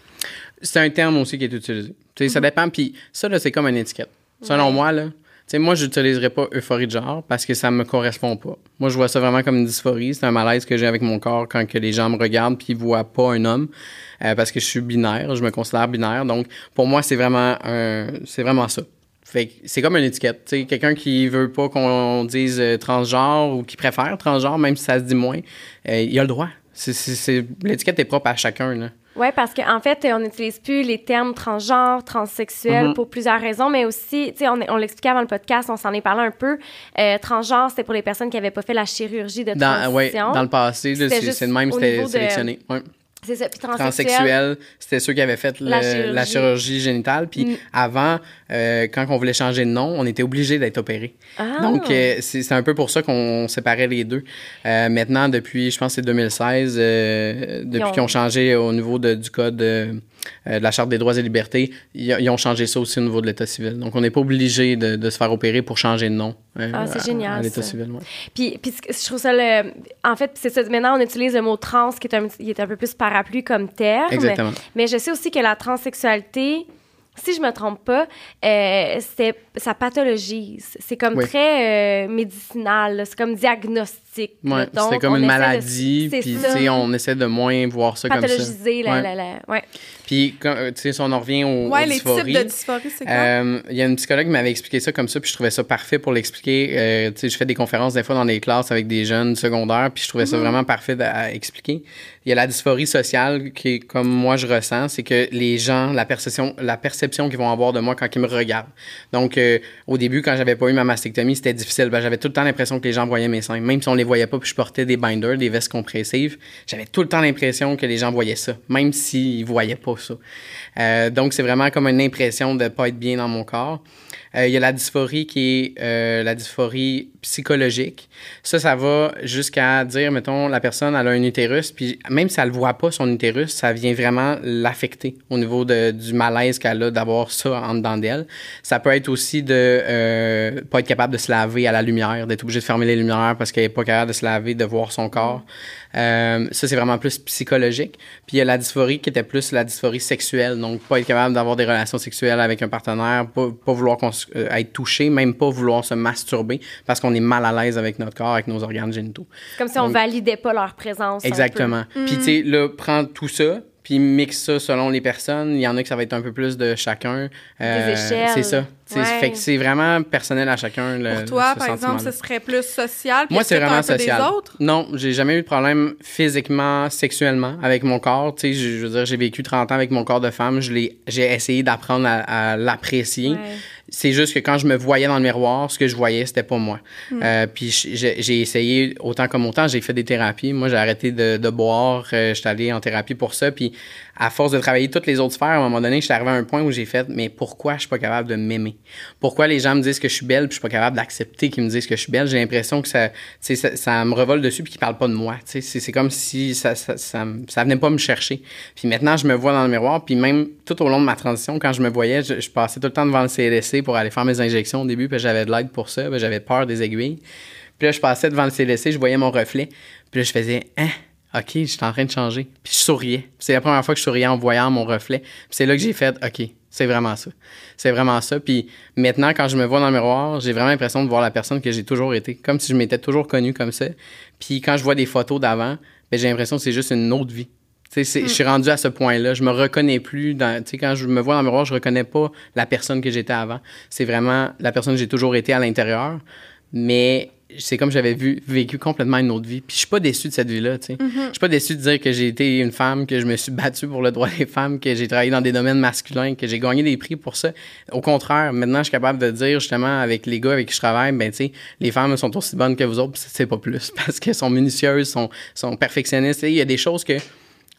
C: C'est un terme aussi qui est utilisé. Tu sais, ça dépend. Puis ça, là, c'est comme une étiquette. Selon ouais. moi, là, tu sais, moi, j'utiliserais pas euphorie de genre parce que ça me correspond pas. Moi, je vois ça vraiment comme une dysphorie. C'est un malaise que j'ai avec mon corps quand que les gens me regardent puis ils voient pas un homme euh, parce que je suis binaire. Je me considère binaire. Donc, pour moi, c'est vraiment un, c'est vraiment ça. Fait que c'est comme une étiquette. Tu sais, quelqu'un qui veut pas qu'on dise euh, transgenre ou qui préfère transgenre, même si ça se dit moins, euh, il a le droit. C'est, c'est, c'est... L'étiquette est propre à chacun, là.
B: Oui, parce qu'en fait, on n'utilise plus les termes transgenre, transsexuel mm-hmm. pour plusieurs raisons, mais aussi, tu sais, on, on l'expliquait avant le podcast, on s'en est parlé un peu. Euh, transgenre, c'était pour les personnes qui n'avaient pas fait la chirurgie de transition.
C: Oui, dans le passé, là, c'est, c'est le même, c'était sélectionné. De... Ouais.
B: C'est ça. Puis transsexuel,
C: transsexuel, c'était ceux qui avaient fait le, la, chirurgie. la chirurgie génitale. Puis mm. avant, euh, quand on voulait changer de nom, on était obligé d'être opéré. Ah. Donc, euh, c'est, c'est un peu pour ça qu'on séparait les deux. Euh, maintenant, depuis, je pense que c'est deux mille seize, euh, depuis ils ont... qu'ils ont changé au niveau de, du code euh, de la Charte des droits et libertés, ils, ils ont changé ça aussi au niveau de l'État civil. Donc, on n'est pas obligé de, de se faire opérer pour changer de nom. Euh,
B: ah, c'est
C: à,
B: génial,
C: à l'État
B: ça.
C: civil, ouais.
B: Puis, puis je trouve ça le... En fait, c'est ça. Maintenant, on utilise le mot trans qui est un, qui est un peu plus parapluie comme terme.
C: Exactement.
B: Mais je sais aussi que la transsexualité, si je me trompe pas, euh, c'est, ça pathologise. C'est comme oui. très euh, médicinal. Là. C'est comme diagnostic.
C: Ouais, donc, c'est comme une maladie. Puis, tu sais, on essaie de moins voir ça comme ça.
B: Pathologiser, la,
C: ouais.
B: la, la, ouais.
C: Puis, tu sais, si on en revient aux,
A: ouais,
C: aux
A: les
C: dysphories...
A: types de dysphorie, c'est quoi?
C: Euh, il y a une psychologue qui m'avait expliqué ça comme ça, puis je trouvais ça parfait pour l'expliquer. Euh, tu sais, je fais des conférences des fois dans des classes avec des jeunes secondaires, puis je trouvais mm-hmm. ça vraiment parfait à expliquer. Il y a la dysphorie sociale qui est comme moi je ressens, c'est que les gens, la perception, la perception qu'ils vont avoir de moi quand ils me regardent. Donc, euh, au début, quand j'avais pas eu ma mastectomie, c'était difficile. Ben, j'avais tout le temps l'impression que les gens voyaient mes seins. Même si on les voyait pas, puis je portais des binders, des vestes compressives, j'avais tout le temps l'impression que les gens voyaient ça, même s'ils voyaient pas ça. Euh, donc, c'est vraiment comme une impression de pas être bien dans mon corps. Euh, il y a la dysphorie qui est euh, la dysphorie psychologique. Ça, ça va jusqu'à dire, mettons, la personne, elle a un utérus, puis même si elle ne voit pas son utérus, ça vient vraiment l'affecter au niveau de, du malaise qu'elle a d'avoir ça en dedans d'elle. Ça peut être aussi de euh, pas être capable de se laver à la lumière, d'être obligé de fermer les lumières parce qu'elle n'est pas capable de se laver, de voir son corps. Euh, ça, c'est vraiment plus psychologique. Puis il y a la dysphorie qui était plus la dysphorie sexuelle, donc pas être capable d'avoir des relations sexuelles avec un partenaire, pas, pas vouloir qu'on, euh, être touché, même pas vouloir se masturber parce qu'on est mal à l'aise avec notre corps, avec nos organes génitaux.
B: Comme si
C: donc,
B: on validait pas leur présence.
C: Exactement. Puis tu sais, là, prendre tout ça, puis mixe ça selon les personnes. Il y en a que ça va être un peu plus de chacun.
B: Euh, Des échelles.
C: C'est ça. Ouais. Fait que c'est vraiment personnel à chacun. Le,
A: Pour toi,
C: ce
A: par exemple, ce serait plus social?
C: Moi, c'est vraiment social.
A: Des autres?
C: Non, j'ai jamais eu de problème physiquement, sexuellement avec mon corps. Tu sais, je, je veux dire, j'ai vécu trente ans avec mon corps de femme. Je l'ai, j'ai essayé d'apprendre à, à l'apprécier. Ouais. C'est juste que quand je me voyais dans le miroir, ce que je voyais, c'était pas moi. Mm. Euh, puis j'ai, j'ai essayé autant comme autant. J'ai fait des thérapies. Moi, j'ai arrêté de, de boire. Euh, j'étais allé en thérapie pour ça. Puis à force de travailler toutes les autres sphères, à un moment donné, j'étais arrivé à un point où j'ai fait, mais pourquoi je suis pas capable de m'aimer? Pourquoi les gens me disent que je suis belle puis je suis pas capable d'accepter qu'ils me disent que je suis belle? J'ai l'impression que ça, ça, ça me revole dessus puis qu'ils parlent pas de moi. C'est, c'est comme si ça, ça, ça, ça venait pas me chercher. Puis maintenant, je me vois dans le miroir. Puis même tout au long de ma transition, quand je me voyais, je, je passais tout le temps devant le C L S C pour aller faire mes injections au début, puis j'avais de l'aide pour ça, puis j'avais peur des aiguilles. Puis là, je passais devant le C L S C, je voyais mon reflet, puis là, je faisais « Hein? OK, j'étais en train de changer. » Puis je souriais. C'est la première fois que je souriais en voyant mon reflet. Puis c'est là que j'ai fait « OK, c'est vraiment ça. C'est vraiment ça. » Puis maintenant, quand je me vois dans le miroir, j'ai vraiment l'impression de voir la personne que j'ai toujours été, comme si je m'étais toujours connue comme ça. Puis quand je vois des photos d'avant, ben, j'ai l'impression que c'est juste une autre vie. C'est, mm. Je suis rendu à ce point-là. Je me reconnais plus. Dans, quand je me vois dans le miroir, je reconnais pas la personne que j'étais avant. C'est vraiment la personne que j'ai toujours été à l'intérieur. Mais c'est comme j'avais vu, vécu complètement une autre vie. Puis je suis pas déçu de cette vie-là. Mm-hmm. Je suis pas déçu de dire que j'ai été une femme, que je me suis battue pour le droit des femmes, que j'ai travaillé dans des domaines masculins, que j'ai gagné des prix pour ça. Au contraire, maintenant, je suis capable de dire, justement, avec les gars avec qui je travaille, ben, tu sais, les femmes sont aussi bonnes que vous autres, c'est pas plus. Parce qu'elles sont minutieuses, sont, sont perfectionnistes. Il y a des choses que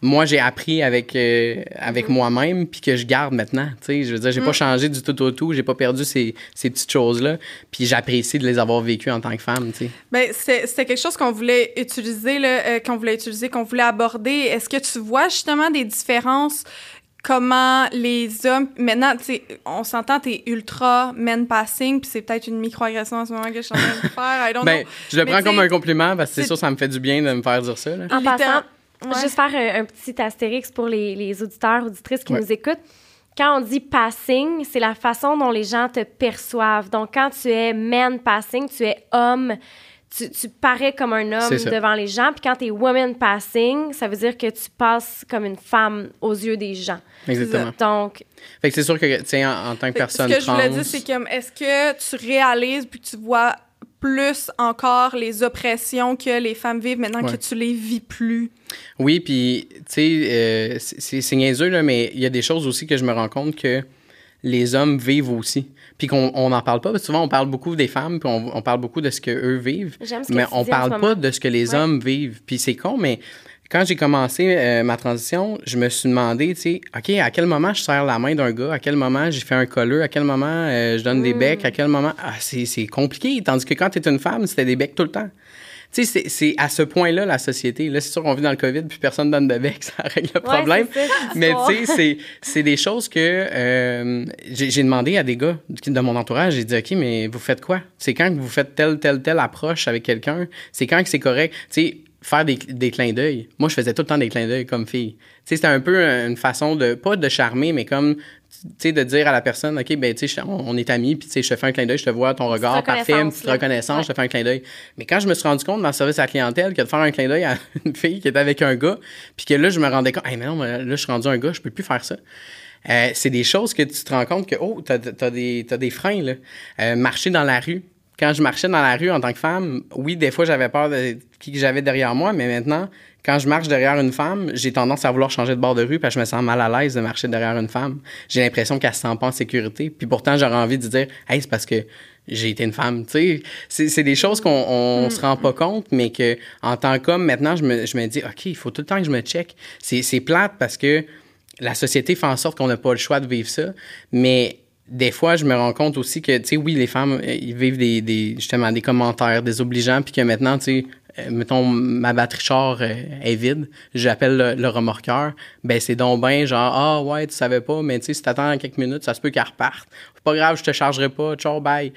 C: moi, j'ai appris avec, euh, avec mm-hmm. moi-même, puis que je garde maintenant. Tu sais, je veux dire, j'ai mm. pas changé du tout au tout, j'ai pas perdu ces, ces petites choses-là, puis j'apprécie de les avoir vécues en tant que femme, tu sais.
A: Bien, c'était, c'était quelque chose qu'on voulait utiliser, là, euh, qu'on voulait utiliser, qu'on voulait aborder. Est-ce que tu vois justement des différences? Comment les hommes... Maintenant, tu sais, on s'entend, t'es ultra men passing, puis c'est peut-être une microagression en ce moment que je suis en train de faire, I don't
C: ben,
A: know.
C: Je le
A: Mais
C: prends comme un compliment, parce que c'est, c'est sûr ça me fait du bien de me faire dire ça. Là.
B: En passant, ouais. juste faire un, un petit astérix pour les, les auditeurs, auditrices qui ouais. nous écoutent. Quand on dit passing, c'est la façon dont les gens te perçoivent. Donc, quand tu es man passing, tu es homme... Tu, tu parais comme un homme devant les gens. Puis quand t'es woman passing, ça veut dire que tu passes comme une femme aux yeux des gens.
C: Exactement.
B: Donc...
C: Fait que c'est sûr que, tu sais, en, en tant que personne trans...
A: Ce que trans, je voulais dire, c'est comme, est-ce que tu réalises puis tu vois plus encore les oppressions que les femmes vivent maintenant ouais. que tu les vis plus?
C: Oui, puis, tu sais, euh, c'est, c'est niaiseux, là, mais il y a des choses aussi que je me rends compte que les hommes vivent aussi. Puis qu'on n'en parle pas, parce que souvent, on parle beaucoup des femmes, puis on, on parle beaucoup de ce qu'eux vivent,
B: J'aime ce
C: mais
B: que
C: on parle pas de ce que les ouais. hommes vivent. Puis c'est con, mais quand j'ai commencé euh, ma transition, je me suis demandé, tu sais, OK, à quel moment je serre la main d'un gars? À quel moment j'ai fait un colleux? À quel moment euh, je donne mm. des becs? À quel moment... Ah, c'est, c'est compliqué. Tandis que quand t'es une femme, c'était des becs tout le temps. Tu sais, c'est, c'est à ce point-là, la société. Là, c'est sûr qu'on vit dans le COVID, puis personne donne de bec, ça règle le problème. Ouais, c'est mais tu sais, c'est, c'est des choses que euh, j'ai, j'ai demandé à des gars de mon entourage. J'ai dit, OK, mais vous faites quoi? C'est quand que vous faites telle, telle, telle approche avec quelqu'un? C'est quand que c'est correct? Tu sais, faire des, des clins d'œil. Moi, je faisais tout le temps des clins d'œil comme fille. Tu sais, c'était un peu une façon de, pas de charmer, mais comme... tu sais, de dire à la personne, OK, ben, tu sais, on, on est amis, puis tu sais, je te fais un clin d'œil, je te vois ton regard parfait, une petite reconnaissance, ouais. je te fais un clin d'œil. Mais quand je me suis rendu compte dans le service à la clientèle que de faire un clin d'œil à une fille qui était avec un gars, puis que là, je me rendais compte, hey, mais non, là, je suis rendu un gars, je peux plus faire ça. Euh, c'est des choses que tu te rends compte que, oh, t'as, t'as, des, t'as des freins, là. Euh, marcher dans la rue. Quand je marchais dans la rue en tant que femme, oui, des fois, j'avais peur de qui j'avais derrière moi, mais maintenant, quand je marche derrière une femme, j'ai tendance à vouloir changer de bord de rue parce que je me sens mal à l'aise de marcher derrière une femme. J'ai l'impression qu'elle se sent pas en sécurité. Puis pourtant, j'aurais envie de dire, hey, c'est parce que j'ai été une femme. Tu sais, c'est, c'est des choses qu'on on mm. se rend pas compte, mais que en tant qu'homme, maintenant, je me, je me dis, OK, il faut tout le temps que je me check. C'est, c'est plate parce que la société fait en sorte qu'on n'a pas le choix de vivre ça, mais des fois, je me rends compte aussi que, tu sais, oui, les femmes, ils vivent des, des, justement, des commentaires désobligeants, puis que maintenant, tu sais, euh, mettons, ma batterie char euh, est vide, j'appelle le, le remorqueur, ben c'est donc ben genre, ah ouais, tu savais pas, mais tu sais, si t'attends quelques minutes, ça se peut qu'elle reparte. C'est pas grave, je te chargerai pas, ciao, bye.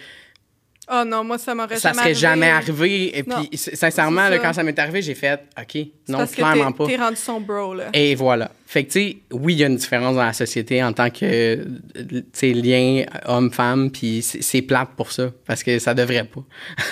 A: Oh non, moi, ça m'aurait
C: ça
A: jamais
C: serait
A: arrivé.
C: jamais arrivé. Et non. Puis, sincèrement, là, quand ça m'est arrivé, j'ai fait, OK,
A: c'est
C: non,
A: parce
C: clairement
A: que t'es,
C: pas.
A: t'es rendu son bro, là.
C: Et voilà. Fait que, tu sais, oui, il y a une différence dans la société en tant que, tu sais, lien homme-femme, puis c'est, c'est plate pour ça, parce que ça devrait pas.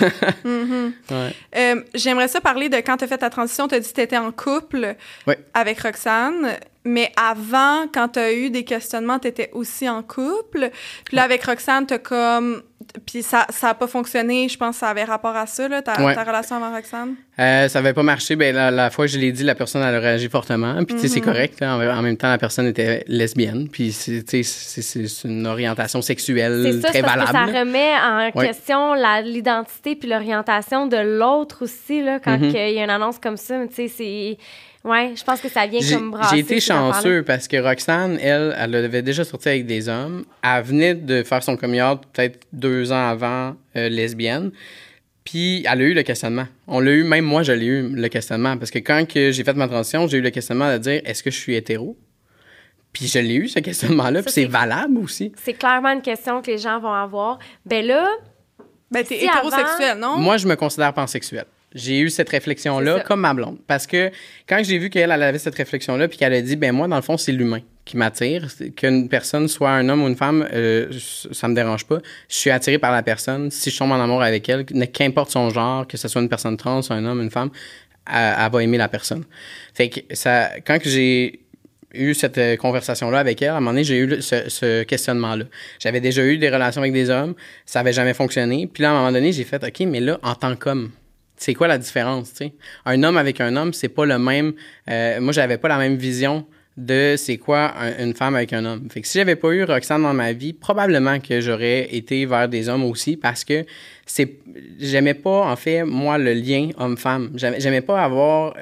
A: mm-hmm.
C: ouais.
A: euh, j'aimerais ça parler de quand t'as fait ta transition, t'as dit que t'étais en couple
C: ouais.
A: avec Roxane. Mais avant, quand t'as eu des questionnements, t'étais aussi en couple. Puis là, avec Roxane, t'as comme... Puis ça ça a pas fonctionné, je pense que ça avait rapport à ça, là, ta,
C: ouais.
A: ta relation avec Roxane.
C: Euh, ça avait pas marché. Ben la, la fois que je l'ai dit, la personne, elle a réagi fortement. Puis, tu sais, mm-hmm. c'est correct. Là. En, en même temps, la personne était lesbienne. Puis, tu sais, c'est, c'est, c'est une orientation sexuelle
B: c'est ça,
C: très
B: c'est parce
C: valable.
B: Que ça remet en
C: ouais.
B: question la, l'identité puis l'orientation de l'autre aussi, là, quand il mm-hmm. y a une annonce comme ça. Tu sais, c'est... Ouais, je pense que ça vient
C: j'ai,
B: comme brasser.
C: J'ai été chanceux parce que Roxane, elle, elle avait déjà sorti avec des hommes. Elle venait de faire son coming out peut-être deux ans avant, euh, lesbienne. Puis elle a eu le questionnement. On l'a eu, même moi, je l'ai eu, le questionnement. Parce que quand que j'ai fait ma transition, j'ai eu le questionnement de dire, est-ce que je suis hétéro? Puis je l'ai eu, ce questionnement-là. Ça, puis c'est, c'est valable aussi.
B: C'est clairement une question que les gens vont avoir. Ben là...
A: Ben t'es si hétérosexuel, avant... non?
C: Moi, je me considère pansexuel. J'ai eu cette réflexion-là comme ma blonde. Parce que quand j'ai vu qu'elle elle avait cette réflexion-là puis qu'elle a dit, ben moi, dans le fond, c'est l'humain qui m'attire. Qu'une personne soit un homme ou une femme, euh, ça me dérange pas. Je suis attiré par la personne. Si je tombe en amour avec elle, qu'importe son genre, que ce soit une personne trans, un homme, une femme, elle, elle va aimer la personne. Fait que ça, quand que j'ai eu cette conversation-là avec elle, à un moment donné, j'ai eu ce, ce questionnement-là. J'avais déjà eu des relations avec des hommes, ça avait jamais fonctionné. Puis là, à un moment donné, j'ai fait, OK, mais là, en tant qu'homme, c'est quoi la différence, tu sais? Un homme avec un homme, c'est pas le même... Euh, moi, j'avais pas la même vision de c'est quoi un, une femme avec un homme. Fait que si j'avais pas eu Roxane dans ma vie, probablement que j'aurais été vers des hommes aussi parce que c'est... J'aimais pas, en fait, moi, le lien homme-femme. J'aimais, j'aimais pas avoir... Euh,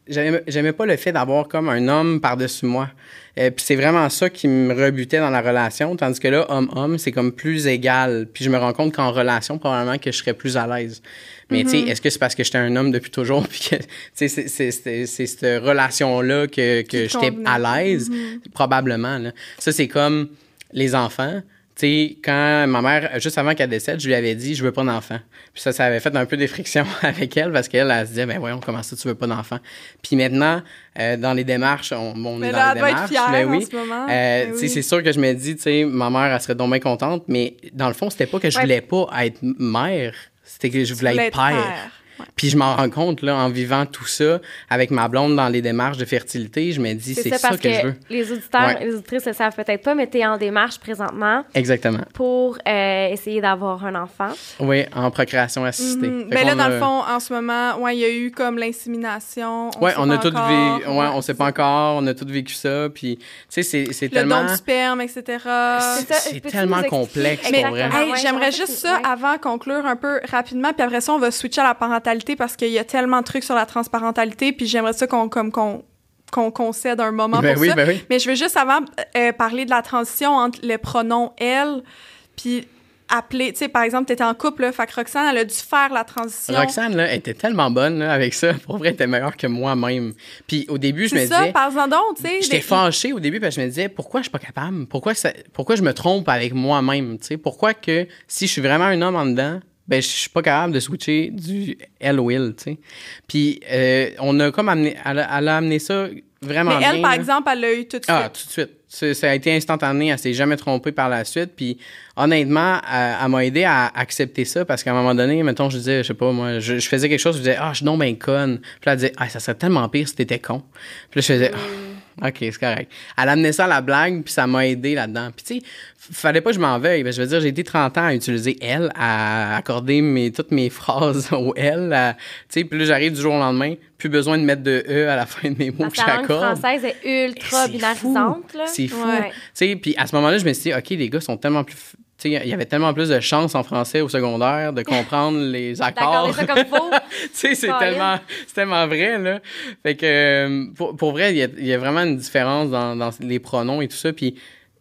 C: j'aimais, j'aimais pas le fait d'avoir comme un homme par-dessus moi. Euh, puis c'est vraiment ça qui me rebutait dans la relation, tandis que là, homme-homme, c'est comme plus égal. Puis je me rends compte qu'en relation, probablement que je serais plus à l'aise. Mais mm-hmm. tu sais, est-ce que c'est parce que j'étais un homme depuis toujours, puis que, tu sais, c'est, c'est, c'est, c'est cette relation-là que, que j'étais à l'aise? Mm-hmm. Probablement, là. Ça, c'est comme les enfants. Tu sais, quand ma mère, juste avant qu'elle décède, je lui avais dit « je veux pas d'enfant ». Puis ça, ça avait fait un peu des frictions avec elle parce qu'elle, elle se disait « ben voyons, comment ça tu veux pas d'enfant ». Puis maintenant, euh, dans les démarches, on, bon, on
A: mais
C: est
A: là,
C: dans les démarches,
A: fière
C: mais oui.
A: En ce moment.
C: Euh,
A: mais
C: tu sais,
A: oui.
C: c'est sûr que je me dis, tu sais, ma mère, elle serait donc bien contente, mais dans le fond, c'était pas que je
B: ouais.
C: voulais pas être mère, c'était que je voulais, voulais être, être père. père. Ouais. Puis je m'en rends compte, là, en vivant tout ça, avec ma blonde dans les démarches de fertilité, je me dis, c'est, c'est ça, ça que, que je veux.
B: Les auditeurs
C: ouais.
B: et les auditrices le savent peut-être pas, mais tu es en démarche présentement.
C: Exactement.
B: Pour euh, essayer d'avoir un enfant.
C: Oui, en procréation assistée.
A: Mm-hmm. Ben là, dans a... le fond, en ce moment, ouais, il y a eu comme l'insémination.
C: Oui, on a tout vécu. Ouais,
A: ouais,
C: on sait pas encore, on a tout vécu ça. Puis, tu sais, c'est, c'est
A: le
C: tellement.
A: Le don du sperme, et cetera.
C: C'est, c'est, c'est tellement complexe,
A: mais,
C: pour vrai.
A: Hey,
B: ouais,
A: j'aimerais juste ça, ouais. avant conclure un peu rapidement, puis après ça, on va switcher à la parentalité parce qu'il y a tellement de trucs sur la transparentalité, puis j'aimerais ça qu'on comme qu'on qu'on concède un moment
C: ben
A: pour
C: oui,
A: ça.
C: Ben oui.
A: Mais je veux juste avant euh, parler de la transition entre le pronom elle, puis appeler, tu sais, par exemple, t'étais en couple, là, fait que Roxane, elle a dû faire la transition.
C: Roxane, là, elle était tellement bonne, là, avec ça. Pour vrai, elle était meilleure que moi-même. Puis au début, je
A: c'est
C: me
A: ça,
C: disais...
A: parle-en donc, tu sais.
C: J'étais
A: des...
C: fâchée au début parce que je me disais, pourquoi je suis pas capable? Pourquoi, ça... pourquoi je me trompe avec moi-même, tu sais? Pourquoi que, si je suis vraiment un homme en dedans, ben je suis pas capable de switcher du elle au il, tu sais. Puis euh, on a comme amené, elle a, elle a amené ça vraiment
A: mais elle,
C: bien.
A: par
C: là.
A: exemple, elle l'a eu tout de suite.
C: Ah, tout de suite. Ça, ça a été instantané, elle s'est jamais trompée par la suite. Puis honnêtement, elle, elle m'a aidé à accepter ça parce qu'à un moment donné, mettons, je disais, je sais pas, moi, je, je faisais quelque chose, je disais, ah, je suis donc ben conne. Puis là, elle disait, ah, ça serait tellement pire si t'étais con. Puis là, je faisais, oh, OK, c'est correct. Elle amenait ça à la blague, puis ça m'a aidé là-dedans. Puis tu sais, fallait pas que je m'en veuille. Je veux dire, j'ai été trente ans à utiliser elle, à accorder mes, toutes mes phrases au elle. Tu sais, puis là, j'arrive du jour au lendemain, plus besoin de mettre de E à la fin de mes mots que j'accorde.
B: La langue française est ultra binarisante. Là.
C: C'est fou.
B: Ouais.
C: Tu sais, puis à ce moment-là, je me suis dit, OK, les gars sont tellement plus... Tu sais, il y avait tellement plus de chance en français au secondaire de comprendre les accords.
B: D'accorder ça comme faux.
C: Tu sais, c'est tellement, c'est tellement vrai, là. Fait que, pour, pour vrai, il y a, y a vraiment une différence dans, dans les pronoms et tout ça. Puis,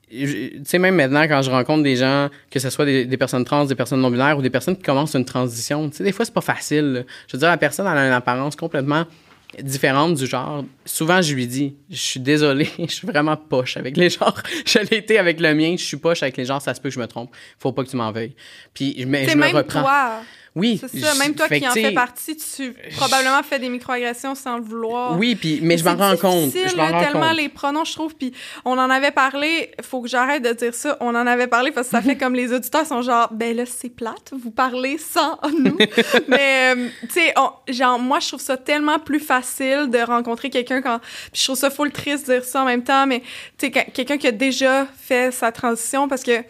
C: tu sais, même maintenant, quand je rencontre des gens, que ce soit des, des personnes trans, des personnes non-binaires ou des personnes qui commencent une transition, tu sais, des fois, c'est pas facile, là. Je veux dire, la personne, elle a une apparence complètement différente du genre. Souvent, je lui dis, je suis désolé, je suis vraiment poche avec les genres. Je l'ai été avec le mien, je suis poche avec les genres, ça se peut que je me trompe. Faut pas que tu m'en veuilles. Puis, je, mais, je me reprends.
A: Toi.
C: Oui.
A: C'est ça, même toi qui en fais partie, tu probablement fais des microagressions sans le vouloir.
C: Oui, puis mais je m'en rends compte. Je m'en rends
A: tellement
C: compte.
A: Les pronoms, je trouve, puis on en avait parlé, faut que j'arrête de dire ça, on en avait parlé parce que ça fait comme les auditeurs sont genre, ben là, c'est plate, vous parlez sans nous. Mais, euh, tu sais, genre, moi, je trouve ça tellement plus facile de rencontrer quelqu'un quand... Puis je trouve ça full triste de dire ça en même temps, mais, tu sais, quelqu'un qui a déjà fait sa transition parce que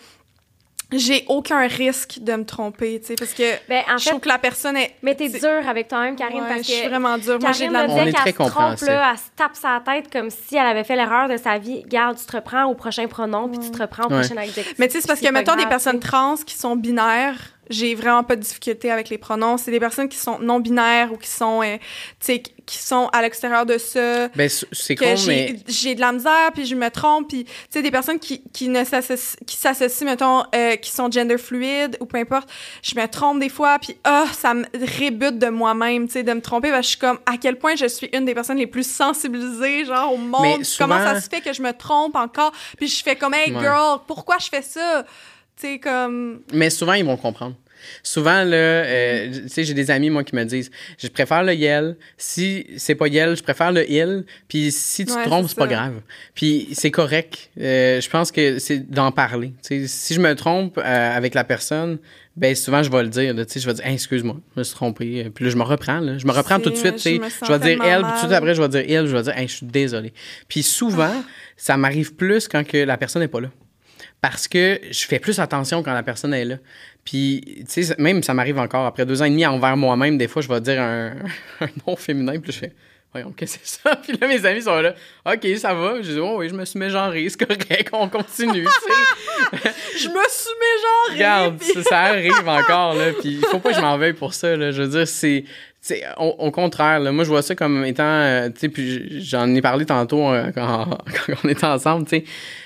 A: j'ai aucun risque de me tromper, tu sais, parce que
B: ben, en
A: je
B: fait,
A: trouve que la personne est...
B: Mais t'es dure avec toi-même, Karine,
A: ouais,
B: parce que...
A: je suis vraiment dure.
B: Karine
A: Moi, j'ai de la...
B: me disait
C: On est
B: qu'elle
C: très
B: se trompe, là, elle se tape sa tête comme si elle avait fait l'erreur de sa vie. Garde, tu te reprends au prochain pronom, puis tu te reprends au
C: ouais.
B: prochain adjectif.
A: Mais tu sais, c'est parce que, mettons, des personnes trans qui sont binaires, j'ai vraiment pas de difficulté avec les pronoms. C'est des personnes qui sont non-binaires ou qui sont, euh, tu sais, qui sont à l'extérieur de ça.
C: Ben, c'est con,
A: j'ai,
C: mais...
A: J'ai de la misère, puis je me trompe, puis, tu sais, des personnes qui, qui ne s'associent, qui s'associent, mettons, euh, qui sont gender fluide ou peu importe, je me trompe des fois, puis ah, oh, ça me rébute de moi-même, tu sais, de me tromper, parce que je suis comme, à quel point je suis une des personnes les plus sensibilisées, genre, au monde.
C: Souvent...
A: Comment ça se fait que je me trompe encore? Puis je fais comme, hey,
C: ouais.
A: girl, pourquoi je fais ça? Tu sais, comme...
C: Mais souvent, ils vont comprendre. Souvent, là, euh, tu sais, j'ai des amis, moi, qui me disent, je préfère le yel. Si c'est pas yel, je préfère le il. Puis si tu
A: ouais,
C: te trompes,
A: c'est,
C: c'est pas grave. Puis c'est correct. Euh, je pense que c'est d'en parler. Tu sais, si je me trompe euh, avec la personne, ben souvent, je vais le dire. Tu sais, je vais dire, hey, excuse-moi, je me suis trompé. Puis là, je me reprends. Là. Je me reprends tout de suite. Tu sais, je, je vais dire elle, puis tout de suite après, je vais dire il. Je vais dire, hey, je suis désolé. Puis souvent, ah. ça m'arrive plus quand que la personne n'est pas là. Parce que je fais plus attention quand la personne est là. Puis, tu sais, même ça m'arrive encore, après deux ans et demi envers moi-même, des fois, je vais dire un, un nom féminin, puis je fais, voyons, qu'est-ce que c'est ça? Puis là, mes amis sont là, OK, ça va. Je dis, oh oui, je me suis mégenrée, c'est correct, on continue, tu sais.
A: Je me soumets genre.
C: Regarde,
A: puis...
C: ça, ça arrive encore, là. Puis il faut pas que je m'en veuille pour ça, là. Je veux dire, c'est... T'sais, au, au contraire, là, moi, je vois ça comme étant... Euh, tu sais, puis j'en ai parlé tantôt euh, quand, quand on était ensemble, tu sais.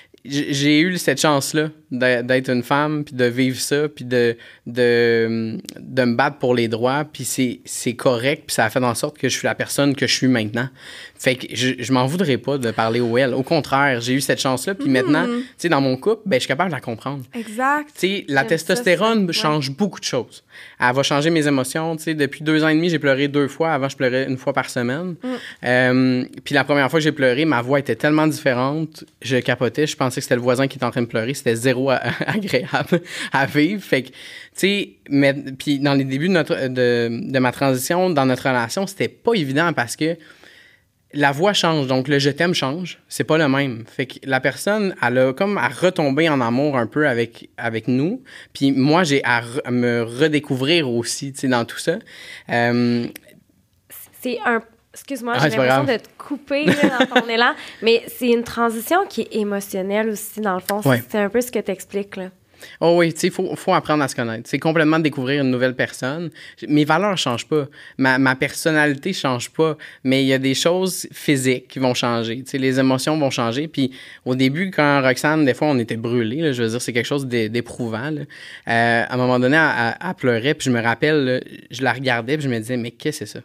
C: J'ai eu cette chance-là d'être une femme, puis de vivre ça, puis de, de, de me battre pour les droits, puis c'est, c'est correct, puis ça a fait en sorte que je suis la personne que je suis maintenant. Fait que je, je m'en voudrais pas de parler au elle. Au contraire, j'ai eu cette chance-là, puis mm. maintenant, tu sais, dans mon couple, ben, je suis capable de la comprendre.
A: Exact.
C: Tu sais, la J'aime testostérone ça, change ouais. beaucoup de choses. Elle va changer mes émotions, tu sais. Depuis deux ans et demi, j'ai pleuré deux fois. Avant, je pleurais une fois par semaine. Mm. Euh, puis la première fois que j'ai pleuré, ma voix était tellement différente, je capotais. Je pensais que c'était le voisin qui était en train de pleurer. C'était zéro à, agréable à vivre. Fait que, tu sais, mais puis dans les débuts de, notre, de, de ma transition, dans notre relation, c'était pas évident parce que la voix change, donc le « je t'aime » change. C'est pas le même. Fait que la personne, elle a comme à retomber en amour un peu avec, avec nous. Puis moi, j'ai à, re, à me redécouvrir aussi, tu sais, dans tout ça. Euh...
B: C'est un... Excuse-moi, ah, j'ai l'impression de te couper là, dans ton élan. Mais c'est une transition qui est émotionnelle aussi, dans le fond. Ouais. C'est un peu ce que tu expliques, là.
C: Oh oui, tu sais, il faut, faut apprendre à se connaître. C'est complètement découvrir une nouvelle personne. Mes valeurs ne changent pas. Ma, ma personnalité ne change pas. Mais il y a des choses physiques qui vont changer. Tu sais, les émotions vont changer. Puis au début, quand Roxane, des fois, on était brûlés, là, je veux dire, c'est quelque chose d'éprouvant. Là. Euh, à un moment donné, elle, elle pleurait. Puis je me rappelle, là, je la regardais. Puis je me disais, mais qu'est-ce que c'est ça?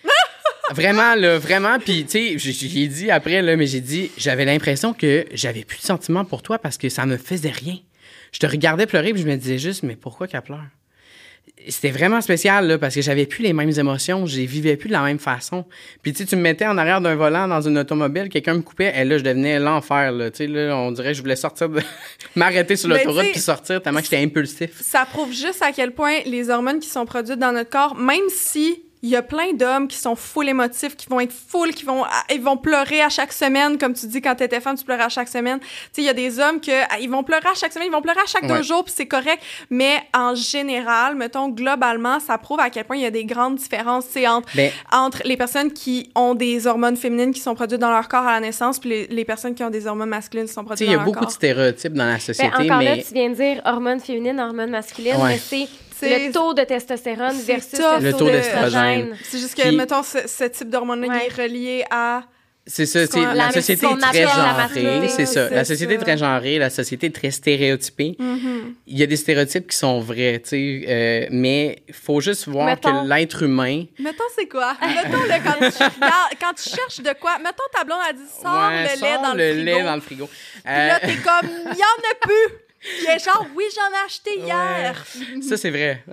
C: Vraiment, là, vraiment. Puis, tu sais, j'ai dit après, là, mais j'ai dit, j'avais l'impression que j'avais plus de sentiments pour toi parce que ça me faisait rien. Je te regardais pleurer, puis je me disais juste, mais pourquoi qu'elle pleure? C'était vraiment spécial, là, parce que j'avais plus les mêmes émotions, je les vivais plus de la même façon. Puis, tu sais, tu me mettais en arrière d'un volant dans une automobile, quelqu'un me coupait, et là, je devenais l'enfer, là. Tu sais, là, on dirait que je voulais sortir de... m'arrêter sur l'autoroute puis sortir tellement que j'étais impulsif.
A: Ça prouve juste à quel point les hormones qui sont produites dans notre corps, même si... Il y a plein d'hommes qui sont full émotifs, qui vont être full, qui vont ils vont pleurer à chaque semaine, comme tu dis, quand t'étais femme, tu pleurais à chaque semaine. Tu sais, il y a des hommes que ils vont pleurer à chaque semaine, ils vont pleurer à chaque ouais. deux jours, puis c'est correct. Mais en général, mettons, globalement, ça prouve à quel point il y a des grandes différences, tu sais, entre, ben, entre les personnes qui ont des hormones féminines qui sont produites dans leur corps à la naissance, puis les, les personnes qui ont des hormones masculines qui sont produites dans leur corps. Il y a
C: beaucoup de stéréotypes dans la société,
B: ben, encore
C: mais...
B: là, tu viens de dire hormones féminines, hormones masculines, ouais. mais c'est...
A: C'est
B: le taux de testostérone versus
A: top,
B: le taux,
C: taux
B: d'estrogène.
A: C'est juste que, Puis, mettons, ce, ce type d'hormone-là ouais. est relié à...
C: C'est ça, c'est, la, la société est très genrée, c'est ça. C'est la société ça. est très genrée, la société est très stéréotypée. Mm-hmm. Il y a des stéréotypes qui sont vrais, tu sais, euh, mais il faut juste voir mettons, que l'être humain...
A: Mettons, c'est quoi? Mettons, là, quand, tu, regardes, quand tu cherches de quoi, mettons, ta blonde a dit « Sors
C: ouais,
A: le
C: sors
A: lait dans le,
C: le
A: frigo.
C: lait dans le frigo. »
A: Puis là, t'es comme « Il y en a plus! » Puis elle est genre, oui, j'en ai acheté hier.
C: Ouais. Ça, c'est vrai.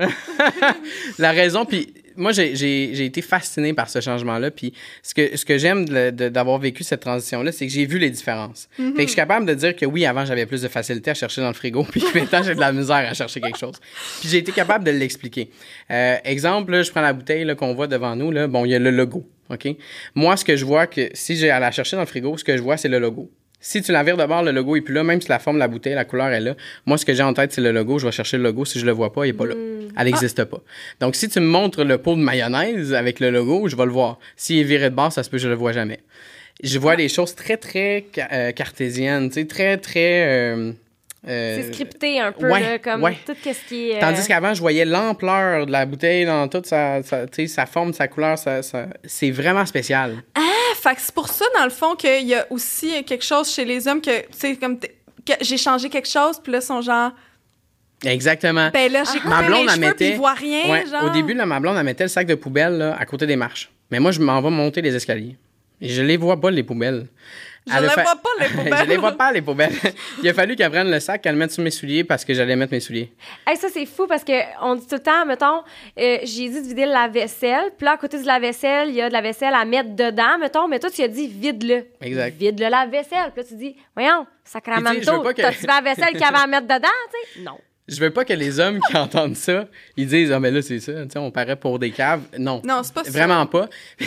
C: La raison, puis moi, j'ai, j'ai, j'ai été fasciné par ce changement-là. Puis ce que, ce que j'aime de, de, d'avoir vécu cette transition-là, c'est que j'ai vu les différences. Mm-hmm. Fait que je suis capable de dire que oui, avant, j'avais plus de facilité à chercher dans le frigo, puis maintenant, j'ai de la misère à chercher quelque chose. Puis j'ai été capable de l'expliquer. Euh, exemple, là, je prends la bouteille là, qu'on voit devant nous. Là, bon, il y a le logo. OK? Moi, ce que je vois, que si j'ai à la chercher dans le frigo, ce que je vois, c'est le logo. Si tu la vires de bord, le logo est plus là, même si la forme de la bouteille, la couleur est là. Moi, ce que j'ai en tête, c'est le logo. Je vais chercher le logo. Si je le vois pas, il est pas là. Mm. Elle n'existe ah. pas. Donc, si tu me montres le pot de mayonnaise avec le logo, je vais le voir. S'il est viré de bord, ça se peut que je le vois jamais. Je vois ah. des choses très, très euh, cartésiennes, tu sais, très, très... Euh,
B: Euh, c'est scripté un peu,
C: ouais,
B: là, comme
C: ouais.
B: tout ce qui est... Euh...
C: Tandis qu'avant, je voyais l'ampleur de la bouteille dans toute sa, sa, sa forme, sa couleur. Sa, sa... C'est vraiment spécial.
A: Ah, fait que c'est pour ça, dans le fond, qu'il y a aussi quelque chose chez les hommes que, tu sais, comme que j'ai changé quelque chose, puis là, ils sont genre...
C: Exactement.
A: Ben là, j'ai
C: ma
A: coupé
C: blonde,
A: mes cheveux,
C: mettait...
A: puis ils voient rien,
C: ouais,
A: genre...
C: Au début, là, ma blonde, elle mettait le sac de poubelle là, à côté des marches. Mais moi, je m'en vais monter les escaliers. Et je les vois pas, les poubelles.
A: Je les fa... vois pas, les poubelles.
C: Je les vois pas, les poubelles. Il a fallu qu'elle prenne le sac, qu'elle le mette sur mes souliers parce que j'allais mettre mes souliers.
B: Hey, ça, c'est fou parce qu'on dit tout le temps, mettons, euh, j'ai dit de vider la vaisselle, puis là, à côté de la vaisselle, il y a de la vaisselle à mettre dedans, mettons, mais toi, tu as dit vide-le.
C: Exact.
B: Vide-le la vaisselle. Puis là, tu dis, voyons, sacramento, que... t'as-tu la vaisselle qu'il y avait à mettre dedans, tu sais? Non.
C: Je veux pas que les hommes qui entendent ça, ils disent « Ah, mais là, c'est ça, tu sais, on paraît pour des caves. » Non.
A: Non, c'est pas ça.
C: Vraiment pas.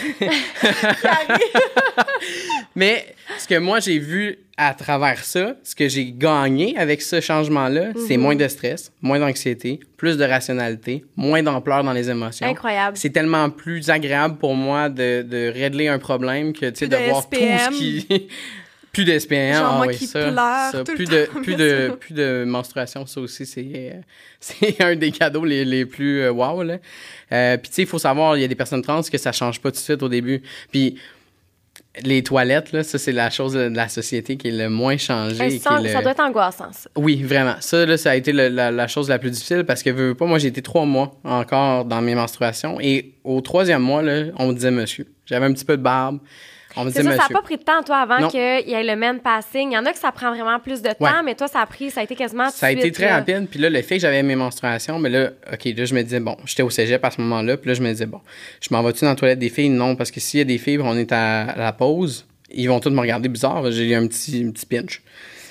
C: Mais ce que moi, j'ai vu à travers ça, ce que j'ai gagné avec ce changement-là, mm-hmm. c'est moins de stress, moins d'anxiété, plus de rationalité, moins d'ampleur dans les émotions.
B: Incroyable.
C: C'est tellement plus agréable pour moi de, de régler un problème que, tu sais, de voir tout ce qui... Plus d'S P M,
A: Genre
C: ah
A: moi
C: oui,
A: qui
C: ça,
A: pleure
C: ça,
A: tout
C: plus
A: le
C: de,
A: temps,
C: plus
A: bien
C: de,
A: sûr.
C: plus de menstruation, ça aussi, c'est, euh, c'est un des cadeaux les, les plus euh, wow, là. Euh, puis tu sais, il faut savoir, il y a des personnes trans que ça change pas tout de suite au début. Puis les toilettes, là, ça, c'est la chose de la société qui est le moins changée.
B: Hey, ça,
C: qui est le...
B: ça doit être angoissant, ça.
C: Oui, vraiment. Ça, là, ça a été le- la, la chose la plus difficile parce que, veux, veux pas, moi, j'ai été trois mois encore dans mes menstruations et au troisième mois, là, on me disait monsieur. J'avais un petit peu de barbe. On me
B: C'est
C: disait
B: ça,
C: monsieur.
B: ça n'a pas pris de temps, toi, avant
C: Non.
B: qu'il y ait le men passing. Il y en a que ça prend vraiment plus de temps,
C: Ouais.
B: mais toi, ça a pris, ça a été quasiment tout
C: Ça a
B: de
C: été
B: suite,
C: très
B: là.
C: rapide. Puis là, le fait que j'avais mes menstruations, mais là, OK, là, je me disais, bon, j'étais au cégep à ce moment-là. Puis là, je me disais, bon, je m'en vais-tu dans la toilette des filles? Non, parce que s'il y a des filles, on est à, à la pause, ils vont tous me regarder bizarre. J'ai un petit, un petit pinch.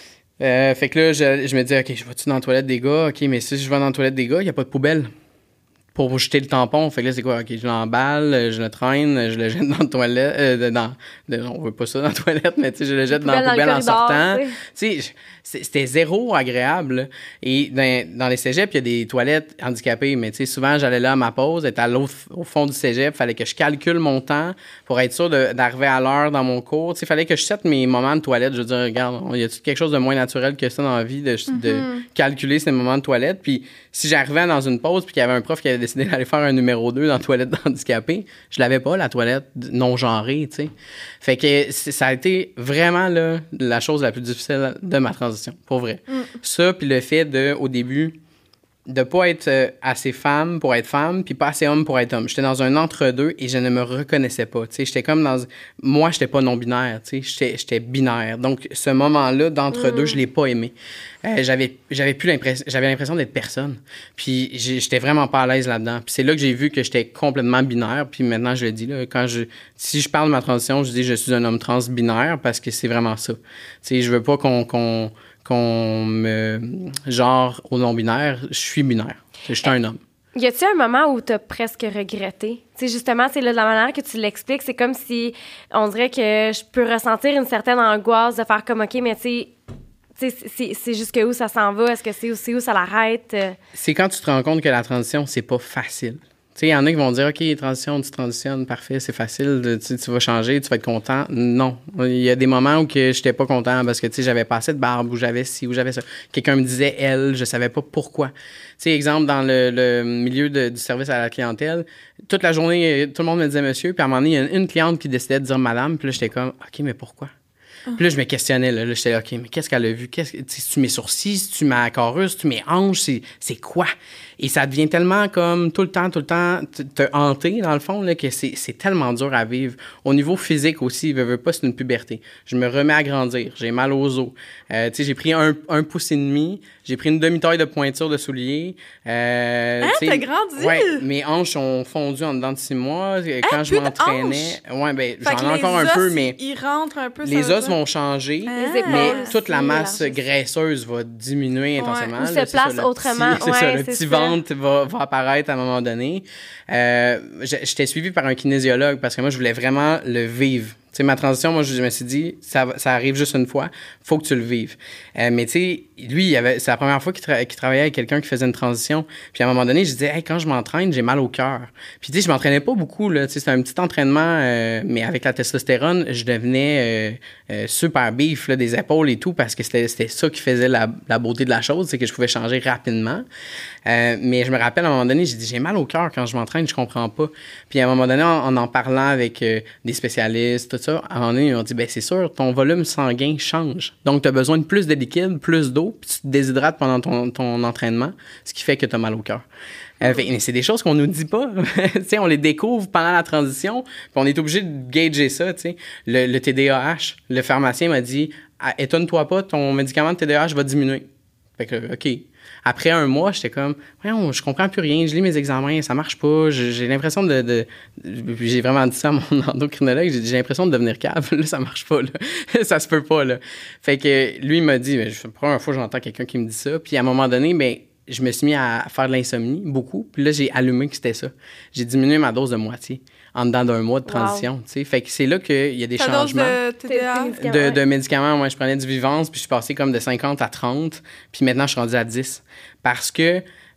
C: Euh, fait que là, je, je me dis, OK, je vais-tu dans la toilette des gars? OK, mais si je vais dans la toilette des gars, il n'y a pas de poubelle pour jeter le tampon. Fait que là, c'est quoi? OK, je l'emballe, je le traîne, je le jette dans la toilette. Euh, dans, de, on veut pas ça dans la toilette, mais tu sais, je le jette dans la poubelle en sortant. Tu sais, c'était zéro agréable. Et dans, dans les cégeps, il y a des toilettes handicapées, mais tu sais, souvent, j'allais là à ma pause, être à l'autre, au fond du cégep. Fallait que je calcule mon temps pour être sûr de, d'arriver à l'heure dans mon cours. Tu sais, fallait que je sette mes moments de toilette. Je veux dire, regarde, y a quelque chose de moins naturel que ça dans la vie de, mm-hmm. de calculer ces moments de toilette? Puis si j'arrivais dans une pause puis qu'il y avait un prof qui avait décidé d'aller faire un numéro deux dans la toilette handicapée, je l'avais pas, la toilette non genrée, tu sais. Fait que ça a été vraiment là, la chose la plus difficile de ma transition, pour vrai. Mm. Ça, puis le fait de, au début, de pas être euh, assez femme pour être femme, puis pas assez homme pour être homme. J'étais dans un entre-deux et je ne me reconnaissais pas, tu sais. J'étais comme dans... Moi, j'étais pas non-binaire, tu sais. J'étais, j'étais binaire. Donc, ce moment-là d'entre-deux, mm. je l'ai pas aimé. Euh, j'avais, j'avais plus l'impression... J'avais l'impression d'être personne. Puis j'étais vraiment pas à l'aise là-dedans. Puis c'est là que j'ai vu que j'étais complètement binaire. Puis maintenant, je le dis, là, quand je... Si je parle de ma transition, je dis je suis un homme trans binaire parce que c'est vraiment ça. Tu sais, je veux pas qu'on... qu'on qu'on me genre au non-binaire, je suis binaire. Je suis un homme.
B: Y a-t-il un moment où t'as presque regretté? Tu sais, justement, c'est là, de la manière que tu l'expliques, c'est comme si on dirait que je peux ressentir une certaine angoisse de faire comme, OK, mais tu sais, c'est, c'est jusque où ça s'en va? Est-ce que c'est, c'est où ça l'arrête?
C: C'est quand tu te rends compte que la transition, c'est pas facile. Tu sais, il y en a qui vont dire, OK, transition, tu transitionnes, parfait, c'est facile, tu, tu vas changer, tu vas être content. Non. Il y a des moments où que j'étais pas content parce que, tu sais, j'avais pas assez de barbe, ou j'avais ci, ou j'avais ça. Quelqu'un me disait elle, je savais pas pourquoi. Tu sais, exemple, dans le, le milieu de, du service à la clientèle, toute la journée, tout le monde me disait monsieur, puis à un moment donné, il y a une cliente qui décidait de dire madame, puis là, j'étais comme, OK, mais pourquoi? Puis là, je me questionnais, là, là j'étais là, OK, mais qu'est-ce qu'elle a vu? Qu'est-ce, si tu mets sourcils, si tu mets carus, si tu mets hanches, c'est, c'est quoi? Et ça devient tellement comme tout le temps, tout le temps, te, te hanter, dans le fond, là, que c'est, c'est tellement dur à vivre. Au niveau physique aussi, veux, veux pas, c'est une puberté. Je me remets à grandir, j'ai mal aux os. Euh, tu sais, j'ai pris un, un pouce et demi, j'ai pris une demi-taille de pointure de souliers.
A: Euh, hein, t'as grandi?
C: Ouais, mes hanches ont fondu en dedans de six mois. Quand hein, je m'entraînais, ouais, ben,
A: fait
C: j'en ai encore
A: os,
C: un peu, mais...
A: Ils rentrent un peu,
C: les os
A: ça.
C: vont changer,
A: ah,
C: mais
B: aussi,
C: toute la masse graisseuse va diminuer intensément.
B: Ou se place
C: ça,
B: autrement.
C: Petit, c'est
B: ouais,
C: ça, le
B: c'est
C: petit
B: ça.
C: ventre va, va apparaître à un moment donné. Euh, j'étais suivi par un kinésiologue parce que moi, je voulais vraiment le vivre. Tu sais, ma transition, moi, je me suis dit, ça, ça arrive juste une fois, faut que tu le vives. Euh, mais tu sais, lui, il avait, c'est la première fois qu'il, tra- qu'il travaillait avec quelqu'un qui faisait une transition. Puis à un moment donné, je disais, hey, quand je m'entraîne, j'ai mal au cœur. Puis tu sais, je m'entraînais pas beaucoup, là. Tu sais, c'était un petit entraînement, euh, mais avec la testostérone, je devenais euh, euh, super beef, là, des épaules et tout, parce que c'était, c'était ça qui faisait la, la beauté de la chose, c'est que je pouvais changer rapidement. Euh, mais je me rappelle, à un moment donné, j'ai dit, j'ai mal au cœur quand je m'entraîne, je comprends pas. Puis à un moment donné, en en, en parlant avec euh, des spécialistes, tout ça, à un moment donné, ils ont dit, ben c'est sûr, ton volume sanguin change. Donc, tu as besoin de plus de liquide, plus d'eau, puis tu te déshydrates pendant ton, ton entraînement, ce qui fait que tu as mal au cœur. Euh, fait, mais c'est des choses qu'on nous dit pas. Tu sais, on les découvre pendant la transition, puis on est obligé de gager ça, tu sais. Le, le T D A H, le pharmacien m'a dit, ah, étonne-toi pas, ton médicament de T D A H va diminuer. Fait que, OK. Après un mois, j'étais comme, voyons, je comprends plus rien, je lis mes examens, ça marche pas, j'ai, j'ai l'impression de, de, de... J'ai vraiment dit ça à mon endocrinologue, j'ai dit, j'ai l'impression de devenir cave, là, ça marche pas, là. Ça se peut pas, là. Fait que lui, il m'a dit, ben, la première fois que j'entends quelqu'un qui me dit ça, puis à un moment donné, ben, je me suis mis à faire de l'insomnie, beaucoup, puis là, j'ai allumé que c'était ça. J'ai diminué ma dose de moitié en dedans d'un mois de transition, wow. Tu sais. Fait que c'est là qu'il y a des Ta changements.
A: Dose de T D A?
C: De, de médicaments, moi, je prenais du Vivance, puis je suis passé comme de cinquante à trente, puis maintenant, je suis rendu à dix. Parce que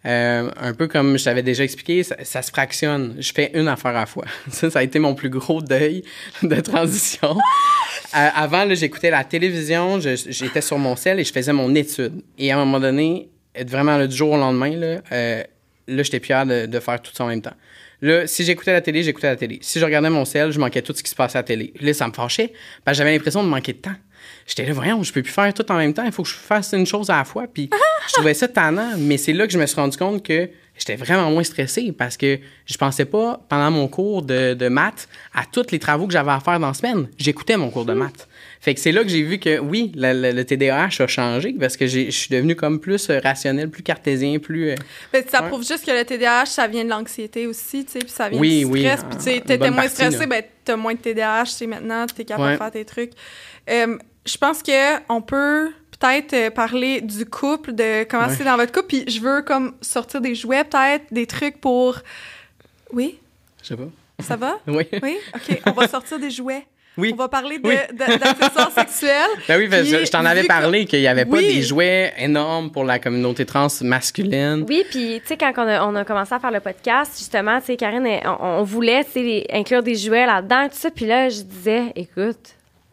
C: Euh, un peu comme je t'avais déjà expliqué, ça, ça se fractionne. Je fais une affaire à la fois. Ça, ça a été mon plus gros deuil de transition. euh, avant, là, j'écoutais la télévision, je, j'étais sur mon cell et je faisais mon étude. Et à un moment donné, vraiment là, du jour au lendemain, là, euh, là j'étais plus hâte de, de faire tout ça en même temps. Là, si j'écoutais la télé, j'écoutais la télé. Si je regardais mon cell, je manquais tout ce qui se passait à la télé. Là, ça me fâchait parce que j'avais l'impression de manquer de temps. J'étais là, voyons, je peux plus faire tout en même temps. Il faut que je fasse une chose à la fois. Puis je trouvais ça tannant. Mais c'est là que je me suis rendu compte que j'étais vraiment moins stressé parce que je pensais pas, pendant mon cours de, de maths, à tous les travaux que j'avais à faire dans la semaine. J'écoutais mon cours de maths. Fait que c'est là que j'ai vu que, oui, le, le, le T D A H a changé parce que je suis devenu comme plus rationnel, plus cartésien, plus... Euh,
A: mais ça
C: ouais.
A: prouve juste que le T D A H, ça vient de l'anxiété aussi, tu sais, puis ça vient
C: oui,
A: du stress.
C: Oui,
A: Puis tu sais, t'étais moins partie, stressé, là. Ben t'as moins de T D A H, tu sais, maintenant, t'es capable ouais. de faire tes trucs. Euh, je pense qu'on peut peut-être parler du couple, de comment ouais. c'est dans votre couple, puis je veux comme sortir des jouets, peut-être, des trucs pour... Oui?
C: Je sais pas.
A: Ça va?
C: Oui.
A: Oui? OK, on va sortir des jouets.
C: Oui.
A: On va parler de,
C: oui.
A: de, d'accessoires sexuels.
C: Ben oui, puis, je, je t'en avais parlé que... qu'il n'y avait pas
A: oui.
C: des jouets énormes pour la communauté trans masculine.
B: Oui, puis tu sais, quand on a, on a commencé à faire le podcast, justement, tu sais, Karine, on, on voulait, tu sais, inclure des jouets là-dedans, tout ça, puis là, je disais, écoute...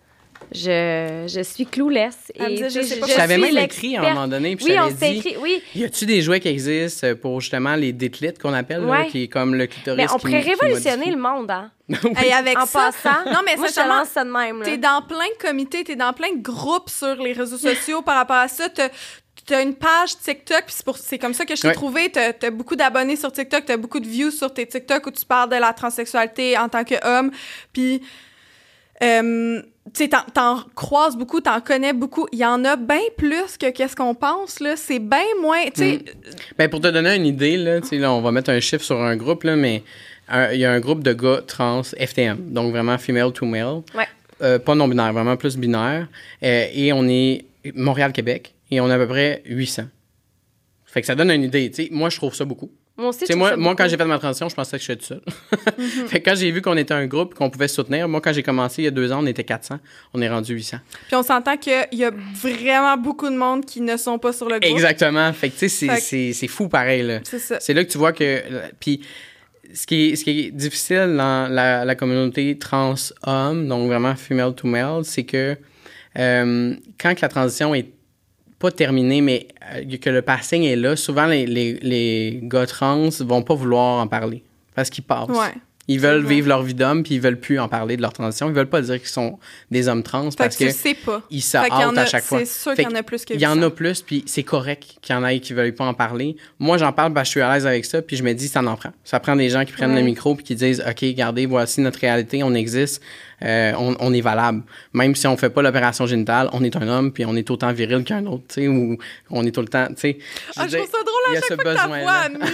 B: Je, je suis clueless. Et,
A: disait, je sais pas.
C: Je t'avais même écrit à un moment donné. Puis
B: oui,
C: je
B: on s'est
C: dit,
B: écrit, oui.
C: Y a-tu des jouets qui existent pour justement les détlites qu'on appelle,
B: ouais.
C: là, qui est comme le clitoris?
B: Mais on
C: qui,
B: pourrait
C: qui
B: révolutionner
C: modifie.
B: le monde, hein?
C: oui.
A: Et avec
B: en
A: ça,
B: passant,
A: non, mais
B: moi, je te lance ça de même. Là.
A: T'es dans plein de comités, t'es dans plein de groupes sur les réseaux sociaux par rapport à ça. T'as, t'as une page TikTok, puis c'est, pour, c'est comme ça que je t'ai ouais. trouvé. T'as, t'as beaucoup d'abonnés sur TikTok, t'as beaucoup de views sur tes TikTok où tu parles de la transsexualité en tant qu'homme. Puis... Euh, tu sais, t'en, t'en croises beaucoup, t'en connais beaucoup. Il y en a bien plus que qu'est-ce qu'on pense, là. C'est bien moins, tu sais...
C: Mm. Ben, pour te donner une idée, là, tu sais, là, on va mettre un chiffre sur un groupe, là, mais il y a un groupe de gars trans F T M, donc vraiment female to male.
B: Ouais.
C: Euh, pas non-binaire, vraiment plus binaire. Euh, et on est Montréal-Québec, et on a à peu près huit cents. Fait que ça donne une idée, tu sais. Moi, je trouve ça beaucoup.
B: Moi aussi,
C: je moi, moi quand j'ai fait ma transition, je pensais que je suis tout seul. Mm-hmm. Fait que quand j'ai vu qu'on était un groupe qu'on pouvait se soutenir, moi, quand j'ai commencé il y a deux ans, on était quatre cents. On est rendu huit cents.
A: Puis on s'entend qu'il y a vraiment beaucoup de monde qui ne sont pas sur le groupe.
C: Exactement. Fait que, tu sais, c'est,
A: fait que...
C: c'est, c'est fou pareil, là.
A: C'est ça.
C: C'est là que tu vois que... Puis ce qui est, ce qui est difficile dans la, la communauté trans-homme, donc vraiment female to male, c'est que euh, quand que la transition est pas terminé, mais euh, que le passing est là, souvent les, les, les gars trans vont pas vouloir en parler parce qu'ils passent.
A: Ouais.
C: Ils veulent vivre leur vie d'homme puis ils veulent plus en parler de leur transition. Ils veulent pas dire qu'ils sont des hommes trans
A: fait
C: parce
A: que,
C: que
A: tu sais pas.
C: ils se hâtent à chaque fois.
A: C'est sûr qu'il y en a plus que
C: Il y en a plus puis c'est correct qu'il y en ait qui veulent pas en parler. Moi, j'en parle parce que je suis à l'aise avec ça puis je me dis ça en prend. Ça prend des gens qui prennent ouais. le micro puis qui disent OK, regardez, voici notre réalité, on existe. Euh, on, on est valable. Même si on fait pas l'opération génitale, on est un homme puis on est autant viril qu'un autre, tu sais, ou on est tout le temps, tu sais.
A: Ah, je trouve ça drôle à chaque fois que ta voix a mu.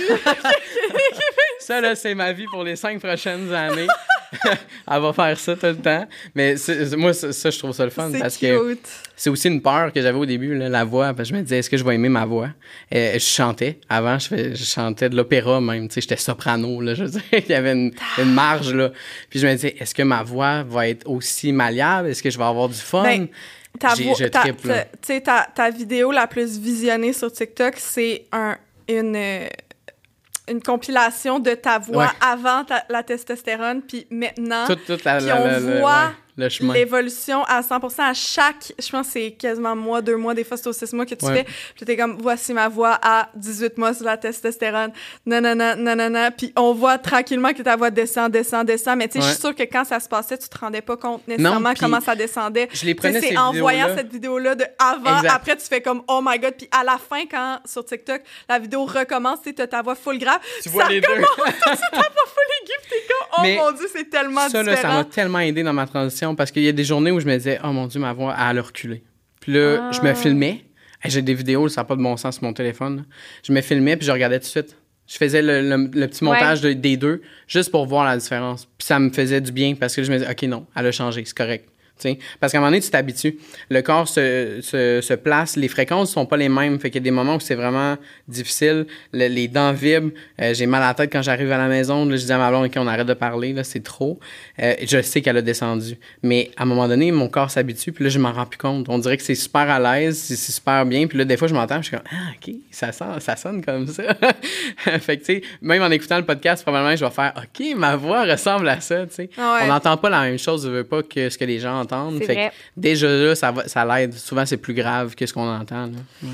C: Ça, là, c'est ma vie pour les cinq prochaines années. Elle va faire ça tout le temps. Mais c'est, moi, ça, ça, je trouve ça le fun.
A: C'est
C: parce
A: cute.
C: que c'est aussi une peur que j'avais au début, là, la voix. Parce que je me disais, est-ce que je vais aimer ma voix? Et je chantais. Avant, je, fais, je chantais de l'opéra même. Tu sais, j'étais soprano, là. Je veux dire, il y avait une, une marge, là. Puis je me disais, est-ce que ma voix va être aussi malléable? Est-ce que je vais avoir du fun? Ben,
A: ta
C: J'ai,
A: vo-
C: je
A: ta,
C: triple.
A: Tu sais, ta, ta vidéo la plus visionnée sur TikTok, c'est un, une... une compilation de ta voix ouais. avant ta, la testostérone, puis maintenant,
C: toute, toute la,
A: puis
C: la,
A: on
C: la,
A: voit
C: ouais, le chemin.
A: L'évolution à cent pour cent à chaque, je pense que c'est quasiment mois, deux mois, des fois c'est au six mois que tu ouais. fais, puis t'es comme, voici ma voix à dix-huit mois sur la testostérone, nanana, nanana, puis on voit tranquillement que ta voix descend, descend, descend, mais tu sais, ouais. je suis sûre que quand ça se passait, tu te rendais pas compte nécessairement non, comment ça descendait.
C: Je les prenais
A: t'sais,
C: ces
A: c'est en
C: vidéos-là.
A: voyant cette vidéo-là de avant, exact. Après tu fais comme, oh my god, puis à la fin, quand sur TikTok, la vidéo recommence, tu sais, t'as ta voix full grave,
C: tu vois les deux.
A: C'est ta voix full aiguë, puis t'es comme, oh
C: mais
A: mon Dieu, c'est tellement
C: ça,
A: différent.
C: Là, ça m'a tellement aidé dans ma transition, parce qu'il y a des journées où je me disais, oh mon Dieu, ma voix, elle a reculé. Puis là, ah. je me filmais. J'ai des vidéos, ça n'a pas de bon sens sur mon téléphone. Là. Je me filmais, puis je regardais tout de suite. Je faisais le, le, le petit montage ouais. de, des deux, juste pour voir la différence. Puis ça me faisait du bien, parce que je me disais, OK, non, elle a changé, c'est correct. T'sais. Parce qu'à un moment donné, tu t'habitues. Le corps se, se, se place, les fréquences sont pas les mêmes. Fait qu'il y a des moments où c'est vraiment difficile. Le, les dents vibrent. Euh, j'ai mal à la tête quand j'arrive à la maison. Là, je dis à ma blonde, OK, on arrête de parler, là, c'est trop. Euh, je sais qu'elle a descendu. Mais à un moment donné, mon corps s'habitue, puis là, je m'en rends plus compte. On dirait que c'est super à l'aise, c'est, c'est super bien. Puis là, des fois, je m'entends, je suis comme, ah, OK, ça, sent, ça sonne comme ça. Fait que, tu sais, même en écoutant le podcast, probablement, je vais faire, OK, ma voix ressemble à ça, tu sais.
A: Ah ouais.
C: On n'entend pas la même chose, je veux pas que ce que les gens entendent.
B: C'est
C: Fait
B: vrai.
C: que déjà là, ça, va, ça l'aide. Souvent, c'est plus grave que ce qu'on entend. Là. Ouais.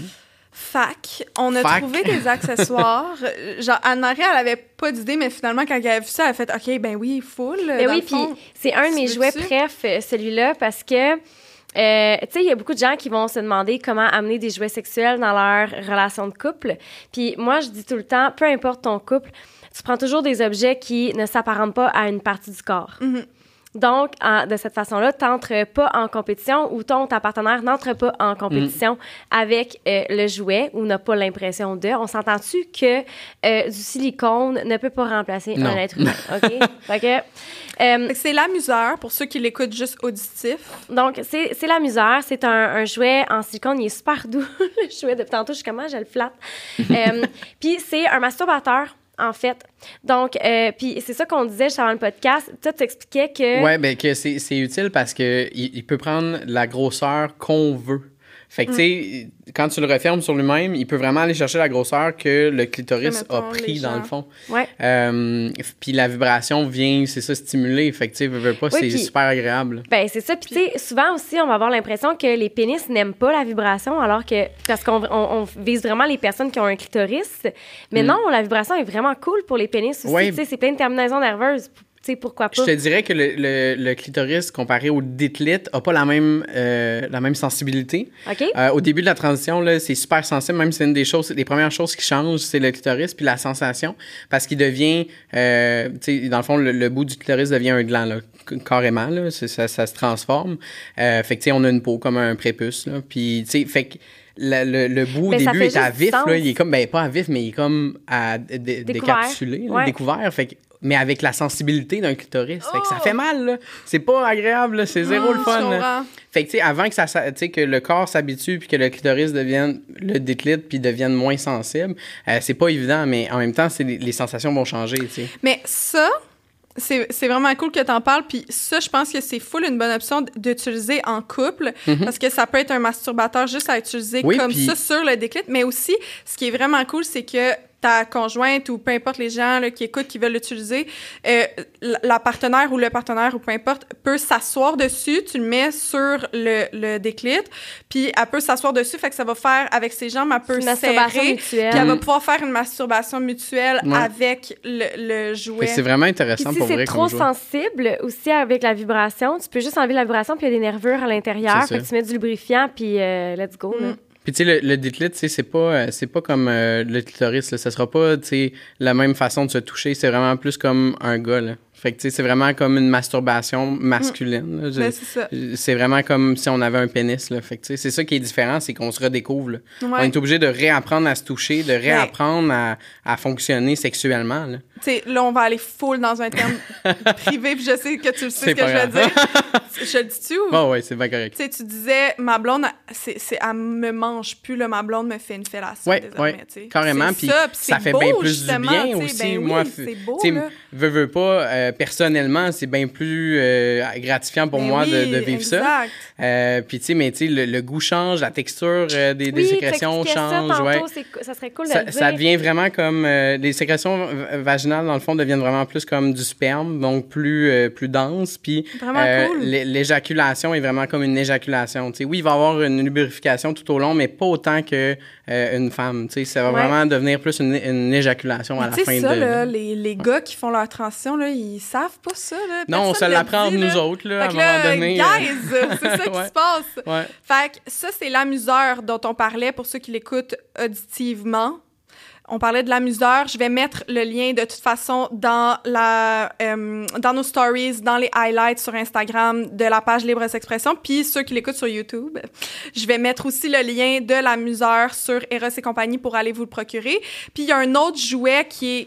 A: Fac, on a
C: Fac.
A: trouvé des accessoires. Genre, Anne-Marie, elle avait pas d'idée, mais finalement, quand elle a vu ça, elle a fait « OK, ben oui, full. »
B: Ben oui, puis c'est un de mes jouets préf, celui-là, parce que, euh, tu sais, il y a beaucoup de gens qui vont se demander comment amener des jouets sexuels dans leur relation de couple. Puis moi, je dis tout le temps, peu importe ton couple, tu prends toujours des objets qui ne s'apparentent pas à une partie du corps.
A: Mm-hmm.
B: Donc, en, de cette façon-là, tu n'entres pas en compétition ou ton ta partenaire n'entre pas en compétition mm. avec euh, le jouet ou n'a pas l'impression de. On s'entend-tu que euh, du silicone ne peut pas remplacer
C: non.
B: un être humain? OK? Fait que, euh,
A: fait que c'est l'amuseur, pour ceux qui l'écoutent juste auditif.
B: Donc, c'est, c'est l'amuseur. C'est un, un jouet en silicone. Il est super doux, le jouet. Depuis tantôt, je suis comment? Je le flatte. euh, Puis, c'est un masturbateur. En fait. Donc, euh, puis c'est ça qu'on disait juste avant le podcast. Toi, tu expliquais que...
C: Ouais, ben que c'est, c'est utile parce que il, il peut prendre la grosseur qu'on veut. Fait que, mm. tu sais, quand tu le refermes sur lui-même, il peut vraiment aller chercher la grosseur que le clitoris mettons, a pris dans le fond.
B: Ouais.
C: Euh, puis la vibration vient, c'est ça, stimuler. Fait que, tu sais, veux, veux pas, oui, c'est pis, super agréable.
B: Ben, c'est ça. Puis, tu sais, souvent aussi, on va avoir l'impression que les pénis n'aiment pas la vibration, alors que, parce qu'on on, on vise vraiment les personnes qui ont un clitoris. Mais mm. non, la vibration est vraiment cool pour les pénis aussi. Ouais. Tu sais, c'est plein de terminaisons nerveuses. Tu sais, pourquoi pas?
C: Je te dirais que le, le, le clitoris, comparé au déclite, n'a pas la même, euh, la même sensibilité.
B: OK.
C: Euh, au début de la transition, là, c'est super sensible. Même si c'est une des choses, les premières choses qui changent, c'est le clitoris puis la sensation. Parce qu'il devient, euh, tu sais, dans le fond, le, le bout du clitoris devient un gland, là, carrément. Là, ça, ça, ça se transforme. Euh, fait que, tu sais, on a une peau comme un prépuce. Là, puis, tu sais, fait que... Le, le, le bout au début est à vif, là, il est comme, ben pas à vif, mais il est comme à dé- décapsulé,
B: ouais.
C: découvert. Fait que, mais avec la sensibilité d'un clitoris. Oh! Fait que ça fait mal, là. C'est pas agréable, là. C'est zéro oh, le fun. Là. Fait que, tu sais, avant que, ça, tu sais, que le corps s'habitue puis que le clitoris devienne le déclite puis devienne moins sensible, euh, c'est pas évident, mais en même temps, c'est, les sensations vont changer, tu sais.
A: Mais ça... C'est, c'est vraiment cool que t'en parles, puis ça, je pense que c'est full une bonne option d'utiliser en couple, mm-hmm. parce que ça peut être un masturbateur juste à utiliser oui, comme pis... ça sur le déclite, mais aussi, ce qui est vraiment cool, c'est que ta conjointe ou peu importe les gens là, qui écoutent, qui veulent l'utiliser, euh, la partenaire ou le partenaire ou peu importe peut s'asseoir dessus, tu le mets sur le, le déclite, puis elle peut s'asseoir dessus, fait que ça va faire, avec ses jambes, elle peut serrer, puis elle va pouvoir faire une masturbation mutuelle ouais. avec le, le jouet.
C: C'est vraiment intéressant
B: puis
C: pour
B: si
C: vrai.
B: Si c'est trop sensible aussi avec la vibration, tu peux juste enlever la vibration, puis il y a des nervures à l'intérieur, fait que tu mets du lubrifiant, puis euh, let's go, mm. là.
C: Puis, tu sais, le, le déclite, tu sais, c'est pas, c'est pas comme euh, le clitoris, là. Ça sera pas, tu sais, la même façon de se toucher. C'est vraiment plus comme un gars, là. Fait que, tu sais, c'est vraiment comme une masturbation masculine. Là. Je,
A: ben, c'est ça.
C: C'est vraiment comme si on avait un pénis, là. Fait que, tu sais, c'est ça qui est différent, c'est qu'on se redécouvre, là.
A: Ouais.
C: On est obligé de réapprendre à se toucher, de réapprendre ouais. à, à fonctionner sexuellement, là.
A: Tu sais, là, on va aller full dans un terme privé, puis je sais que tu le sais ce que grave. je veux dire. Je le dis-tu ou?
C: Oh, ouais, c'est pas correct.
A: Tu sais, tu disais, ma blonde, c'est, c'est, elle me mange plus, là, ma blonde me fait une fellation
C: ouais,
A: désormais,
C: ouais,
A: tu sais.
C: carrément, puis ça, ça fait bien plus du bien aussi.
A: Ben
C: moi,
A: oui, c'est beau,
C: tu sais,
A: là.
C: veux, veux pas, euh, personnellement, c'est bien plus euh, gratifiant pour ben moi oui, de, de vivre exact. ça. Euh, puis, tu sais, mais tu sais, le, le goût change, la texture euh, des, des
B: oui,
C: sécrétions change.
B: Ça, tantôt,
C: ouais.
B: c'est, ça serait cool
C: ça,
B: de le dire.
C: Ça devient vraiment comme... Euh, les sécrétions vaginales, dans le fond, deviennent vraiment plus comme du sperme, donc plus, euh, plus dense. Puis,
A: euh, cool.
C: l'éjaculation est vraiment comme une éjaculation. Tu sais, oui, il va y avoir une lubrification tout au long, mais pas autant que euh, une femme. Tu sais, ça va ouais. vraiment devenir plus une, une éjaculation à la fin
A: ça,
C: de...
A: Là, les, les gars qui font leur transition, là, ils savent pas ça. Là.
C: Non, on se l'apprend
A: dit,
C: nous
A: là.
C: autres, là,
A: fait
C: à un moment
A: là,
C: donné.
A: Guys, euh... c'est ça qui
C: ouais.
A: se passe.
C: Ouais.
A: Fait que ça, c'est l'amuseur dont on parlait pour ceux qui l'écoutent auditivement. On parlait de l'amuseur. Je vais mettre le lien de toute façon dans la euh, dans nos stories, dans les highlights sur Instagram de la page Libre Expression. Puis ceux qui l'écoutent sur YouTube, je vais mettre aussi le lien de l'amuseur sur Eros et compagnie pour aller vous le procurer. Puis il y a un autre jouet qui est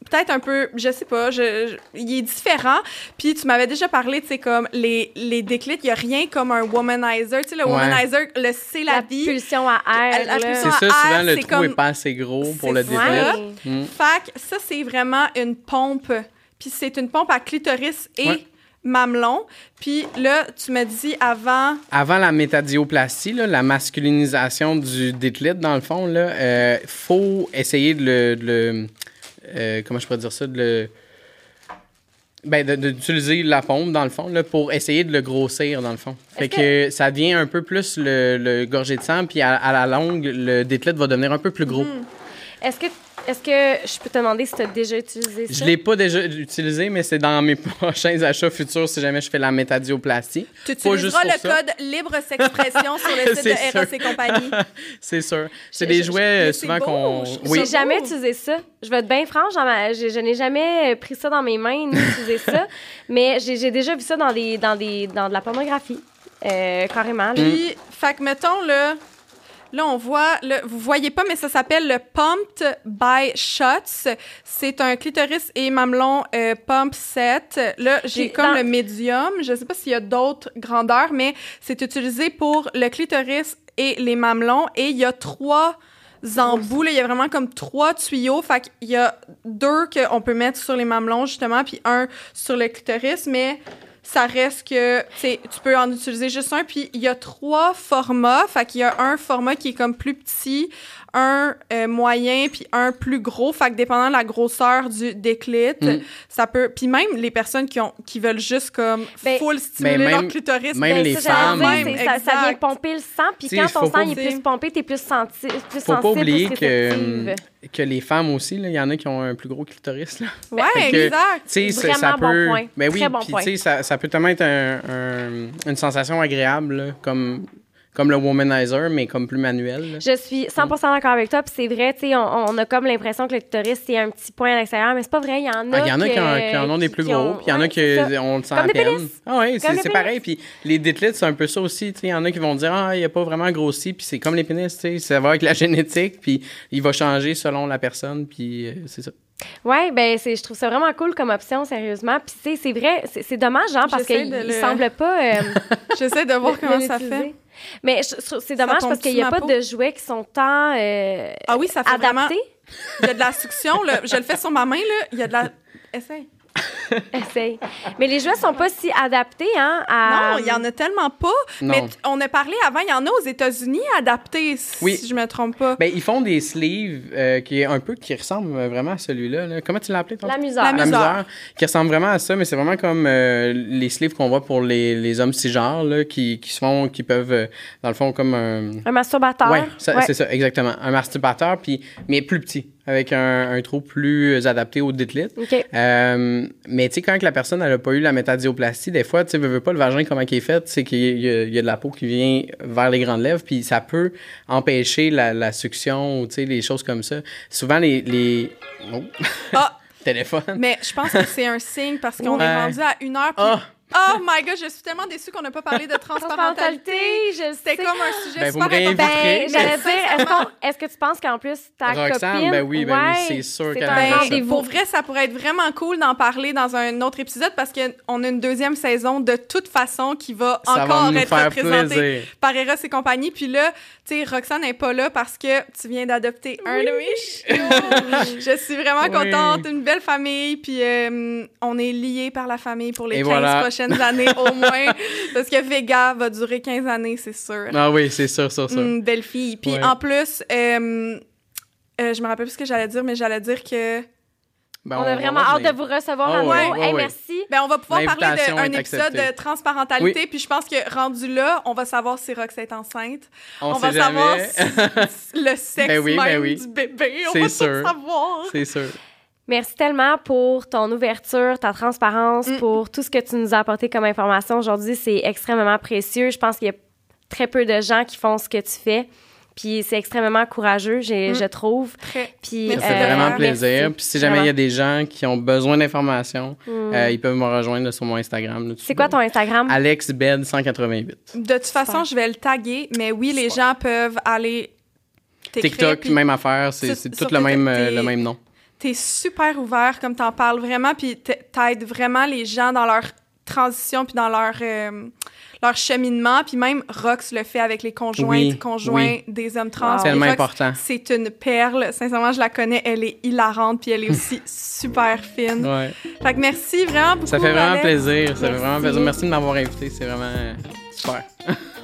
A: peut-être un peu, je sais pas, je, je, il est différent. Puis tu m'avais déjà parlé, tu sais, comme les, les déclits, il y a rien comme un womanizer. Tu sais, le
C: Ouais.
A: womanizer, le c'est la,
B: La
A: vie.
B: pulsion à air,
A: La- la
B: là.
A: pulsion
C: C'est
A: à
C: ça, souvent,
A: air,
C: le
A: c'est
C: trou
A: comme-
C: est pas assez gros pour
A: c'est
C: le
A: ça.
C: détlit.
B: Ouais.
C: Mm.
A: Fait que ça, c'est vraiment une pompe. Puis c'est une pompe à clitoris et
C: Ouais.
A: mamelon. Puis là, tu m'as dit avant...
C: Avant la métadioplastie, là, la masculinisation du déclite, dans le fond, il euh, faut essayer de le... de le euh, comment je pourrais dire ça? De le... Ben, de- d'utiliser la pompe, dans le fond, là, pour essayer de le grossir, dans le fond. Fait
B: Est-ce
C: que... ça devient un peu plus le, le gorgé de sang, puis à, à la longue, le déclite va devenir un peu plus gros.
B: Est-ce que, est-ce que je peux te demander si tu as déjà utilisé ça?
C: Je l'ai pas déjà utilisé, mais c'est dans mes prochains achats futurs si jamais je fais la métadioplastie.
A: Tu
C: Pas juste
A: utiliseras
C: pour
A: le
C: ça.
A: code libre s'expression sur le site
C: C'est
A: de Eros
C: sûr.
A: et compagnie.
C: C'est sûr. C'est
A: Je-
C: des
A: je-
C: jouets
A: mais
C: euh,
A: c'est
C: souvent
A: beau,
C: qu'on...
A: je trouve
C: Oui.
B: J'ai
A: ça
B: jamais
A: beau.
B: utilisé ça. Je vais être bien franche, dans ma- je, je n'ai jamais pris ça dans mes mains ni utilisé ça, mais j'ai j'ai déjà vu ça dans des dans des dans de la pornographie, euh, carrément. là.
A: Puis, fait que mettons, là, là, on voit, là, vous voyez pas, mais ça s'appelle le Pumped by Shots. C'est un clitoris et mamelon euh, pump set. Là, j'ai
B: Puis,
A: comme
B: dans-
A: le médium. Je sais pas s'il y a d'autres grandeurs, mais c'est utilisé pour le clitoris et les mamelons. Et il y a trois embouts, là. Il y a vraiment comme trois tuyaux. Fait qu'il y a deux qu'on peut mettre sur les mamelons, justement, puis un sur le clitoris, mais ça reste que, tu sais, tu peux en utiliser juste un. Puis il y a trois formats. Fait qu'il y a un format qui est comme plus petit, un euh, moyen, puis un plus gros. Fait que dépendant de la grosseur du déclit,
C: Mm.
A: ça peut... Puis même les personnes qui, ont, qui veulent juste comme
B: Ben,
A: full stimuler
C: ben,
A: leur
C: même-
A: clitoris.
C: même
A: ben,
C: les
A: ça, j'allais
C: femmes-
A: dire,
B: C'est- ça, ça vient
A: exact.
B: pomper le sang, puis
C: T'sais,
B: quand
C: faut
B: ton
C: pas
B: sang il est
A: oublier-
B: plus pompé, t'es plus, senti, plus
C: Faut pas
B: sensible,
C: oublier
B: plus
C: que,
B: réceptive.
C: que les femmes aussi, là, il y en a qui ont un plus gros clitoris. Là.
A: Ouais,
C: Fait que,
A: exact.
C: Tu sais, ça,
B: Vraiment
C: ça
B: bon
C: peut...
B: point.
C: Ben oui,
B: Très bon
C: puis
B: point.
C: tu sais, ça, ça peut tellement être un, un- une sensation agréable, là, comme, comme le womanizer, mais comme plus manuel. là.
B: Je suis cent pour cent d'accord avec toi, puis c'est vrai, tu sais, on, on a comme l'impression que le clitoris, c'est un petit point à l'extérieur, mais c'est pas vrai, il y en a
C: Ah, il y en a
B: que-
C: qui en, qui en ont des plus
B: qui
C: gros,
B: ont-
C: puis il y en
B: ouais,
C: a qui
B: c'est ça.
C: on le sent
B: Comme
C: à
B: des
C: peine.
B: pénis.
C: Ah oui,
B: Comme
C: c'est
B: des
C: c'est
B: pénis.
C: pareil. Puis les détlits, c'est un peu ça aussi. Tu sais, il y en a qui vont dire ah, il a pas vraiment grossi, puis c'est comme les pénis, tu sais, ça va avec la génétique, puis il va changer selon la personne, puis euh, c'est ça.
B: Ouais, ben c'est, je trouve ça vraiment cool comme option, sérieusement. Puis tu sais, c'est vrai, c'est, c'est dommage, hein, parce
A: J'essaie
B: qu'il
A: de
B: il
A: le-
B: semble pas. euh,
A: J'essaie de voir
B: de
A: comment ça
B: l'utiliser.
A: fait.
B: Mais je- je trouve- c'est
A: Ça
B: dommage
A: tombe
B: parce qu'il
A: sur
B: n'y a
A: ma
B: pas
A: peau?
B: de jouets qui sont tant euh,
A: Ah oui, ça fait vraiment...
B: adaptés.
A: Il y a de la succion, là. Je le fais sur ma main, là. Il y a de la... Essaye.
B: Essaye. Mais les jouets sont pas si adaptés, hein? À...
A: Non, il y en a tellement pas.
C: Non.
A: Mais t- on a parlé avant, il y en a aux États-Unis adaptés, si
C: Oui.
A: je me trompe pas.
C: Ben, ils font des sleeves euh, qui est un peu qui ressemblent euh, vraiment à celui-là. là. Comment tu l'as appelé, toi?
B: La misère.
A: La
C: La
A: misère.
C: misère, qui ressemble vraiment à ça, mais c'est vraiment comme euh, les sleeves qu'on voit pour les, les hommes cisgenres, là, qui, qui se font, qui peuvent, euh, dans le fond, comme un...
B: Un masturbateur.
C: Ouais, ça-
B: Ouais.
C: c'est ça, exactement. Un masturbateur, puis, mais plus petit, avec un, un trou plus adapté au déclit.
B: OK.
C: Euh, mais tu sais, quand que la personne elle a pas eu la métadioplastie, des fois, tu sais, veux, veux pas le vagin comment il est fait, c'est qu'il y, a- il y a de la peau qui vient vers les grandes lèvres, puis ça peut empêcher la, la succion, ou tu sais, les choses comme ça. Souvent, les... les... Oh.
A: Ah,
C: Téléphone.
A: mais je pense que c'est un signe parce qu'on
C: Ouais.
A: est rendu à une heure. Puis...
C: Ah!
A: Oh my God, je suis tellement déçue qu'on n'a pas parlé de transparentalité.
B: je
A: C'était
B: sais.
A: comme un sujet
C: Ben, vous
A: super
C: me réinviterez.
A: important.
B: Ben, j'allais
A: Mais
B: dire, est-ce, qu'on- est-ce que tu penses qu'en plus, ta
C: Roxane,
B: copine...
C: ben oui, ben oui,
B: ouais,
C: c'est sûr
B: c'est
C: qu'elle
B: un
C: aime ça.
B: rendez-vous.
A: Pour vrai, ça pourrait être vraiment cool d'en parler dans un autre épisode parce qu'on a une deuxième saison de toute façon qui va
C: Ça va
A: encore
C: nous
A: être
C: faire
A: représentée
C: plaisir.
A: par Eros et compagnie. Puis là, tu sais, Roxane n'est pas là parce que tu viens d'adopter un de mes chiots. Je suis vraiment
C: Oui.
A: contente. Une belle famille. Puis euh, on est liés par la famille pour les
C: Et
A: quinze
C: voilà.
A: prochaines années au moins. Parce que Vega va durer quinze années, c'est sûr.
C: Ah oui, c'est sûr, sûr, sûr.
A: Une belle fille. Puis
C: Ouais.
A: en plus, euh, euh, je me rappelle plus ce que j'allais dire, mais j'allais dire que...
C: Ben,
B: On a
C: va
B: vraiment
C: voir,
B: hâte
C: mais-
B: de vous recevoir
C: Ah
B: à nouveau.
C: ouais, ouais,
B: Hey,
C: ouais.
B: merci.
A: Ben, on va pouvoir parler
C: L'invitation
A: d'un
C: est
A: épisode
C: acceptée.
A: de transparentalité, puis je pense que rendu là, on va savoir si Rox est enceinte.
C: On,
A: va
C: sait
A: savoir
C: jamais.
A: si- le sexe
C: Ben oui, ben
A: même
C: oui.
A: du bébé. On
C: C'est
A: va
C: sûr.
A: tout savoir.
C: C'est sûr.
B: Merci tellement pour ton ouverture, ta transparence,
A: Mm.
B: pour tout ce que tu nous as apporté comme information aujourd'hui. C'est extrêmement précieux. Je pense qu'il y a très peu de gens qui font ce que tu fais. Puis c'est extrêmement courageux, j'ai-
A: Mm.
B: je trouve.
A: Très.
B: Puis,
A: Merci
C: Ça fait
A: Euh,
C: vraiment
A: merci.
C: plaisir. Puis si jamais il y a
B: Vraiment.
C: des gens qui ont besoin d'informations,
B: Mm.
C: euh, ils peuvent me rejoindre là, sur mon Instagram. là,
B: C'est quoi ton Instagram?
C: AlexBed cent quatre-vingt-huit.
A: De toute façon, je vais le taguer, mais oui, les gens peuvent aller t'écrire,
C: TikTok,
A: puis
C: même affaire, c'est
A: sur-
C: c'est
A: sur
C: tout le
A: tes-
C: même, euh,
A: tes-
C: le même nom.
A: t'es super ouvert, comme t'en parles vraiment, puis t'aides vraiment les gens dans leur transition, puis dans leur, euh, leur cheminement, puis même Rox le fait avec les conjoints,
C: oui,
A: conjoints
C: oui.
A: des hommes trans.
C: C'est tellement
A: Rox,
C: important.
A: C'est une perle. Sincèrement, je la connais, elle est hilarante, puis elle est aussi super fine.
C: Ouais.
A: Fait que merci vraiment beaucoup,
C: Ça fait vraiment
A: Alex.
C: plaisir, ça
A: merci.
C: fait vraiment plaisir. Merci de m'avoir invité, c'est vraiment super.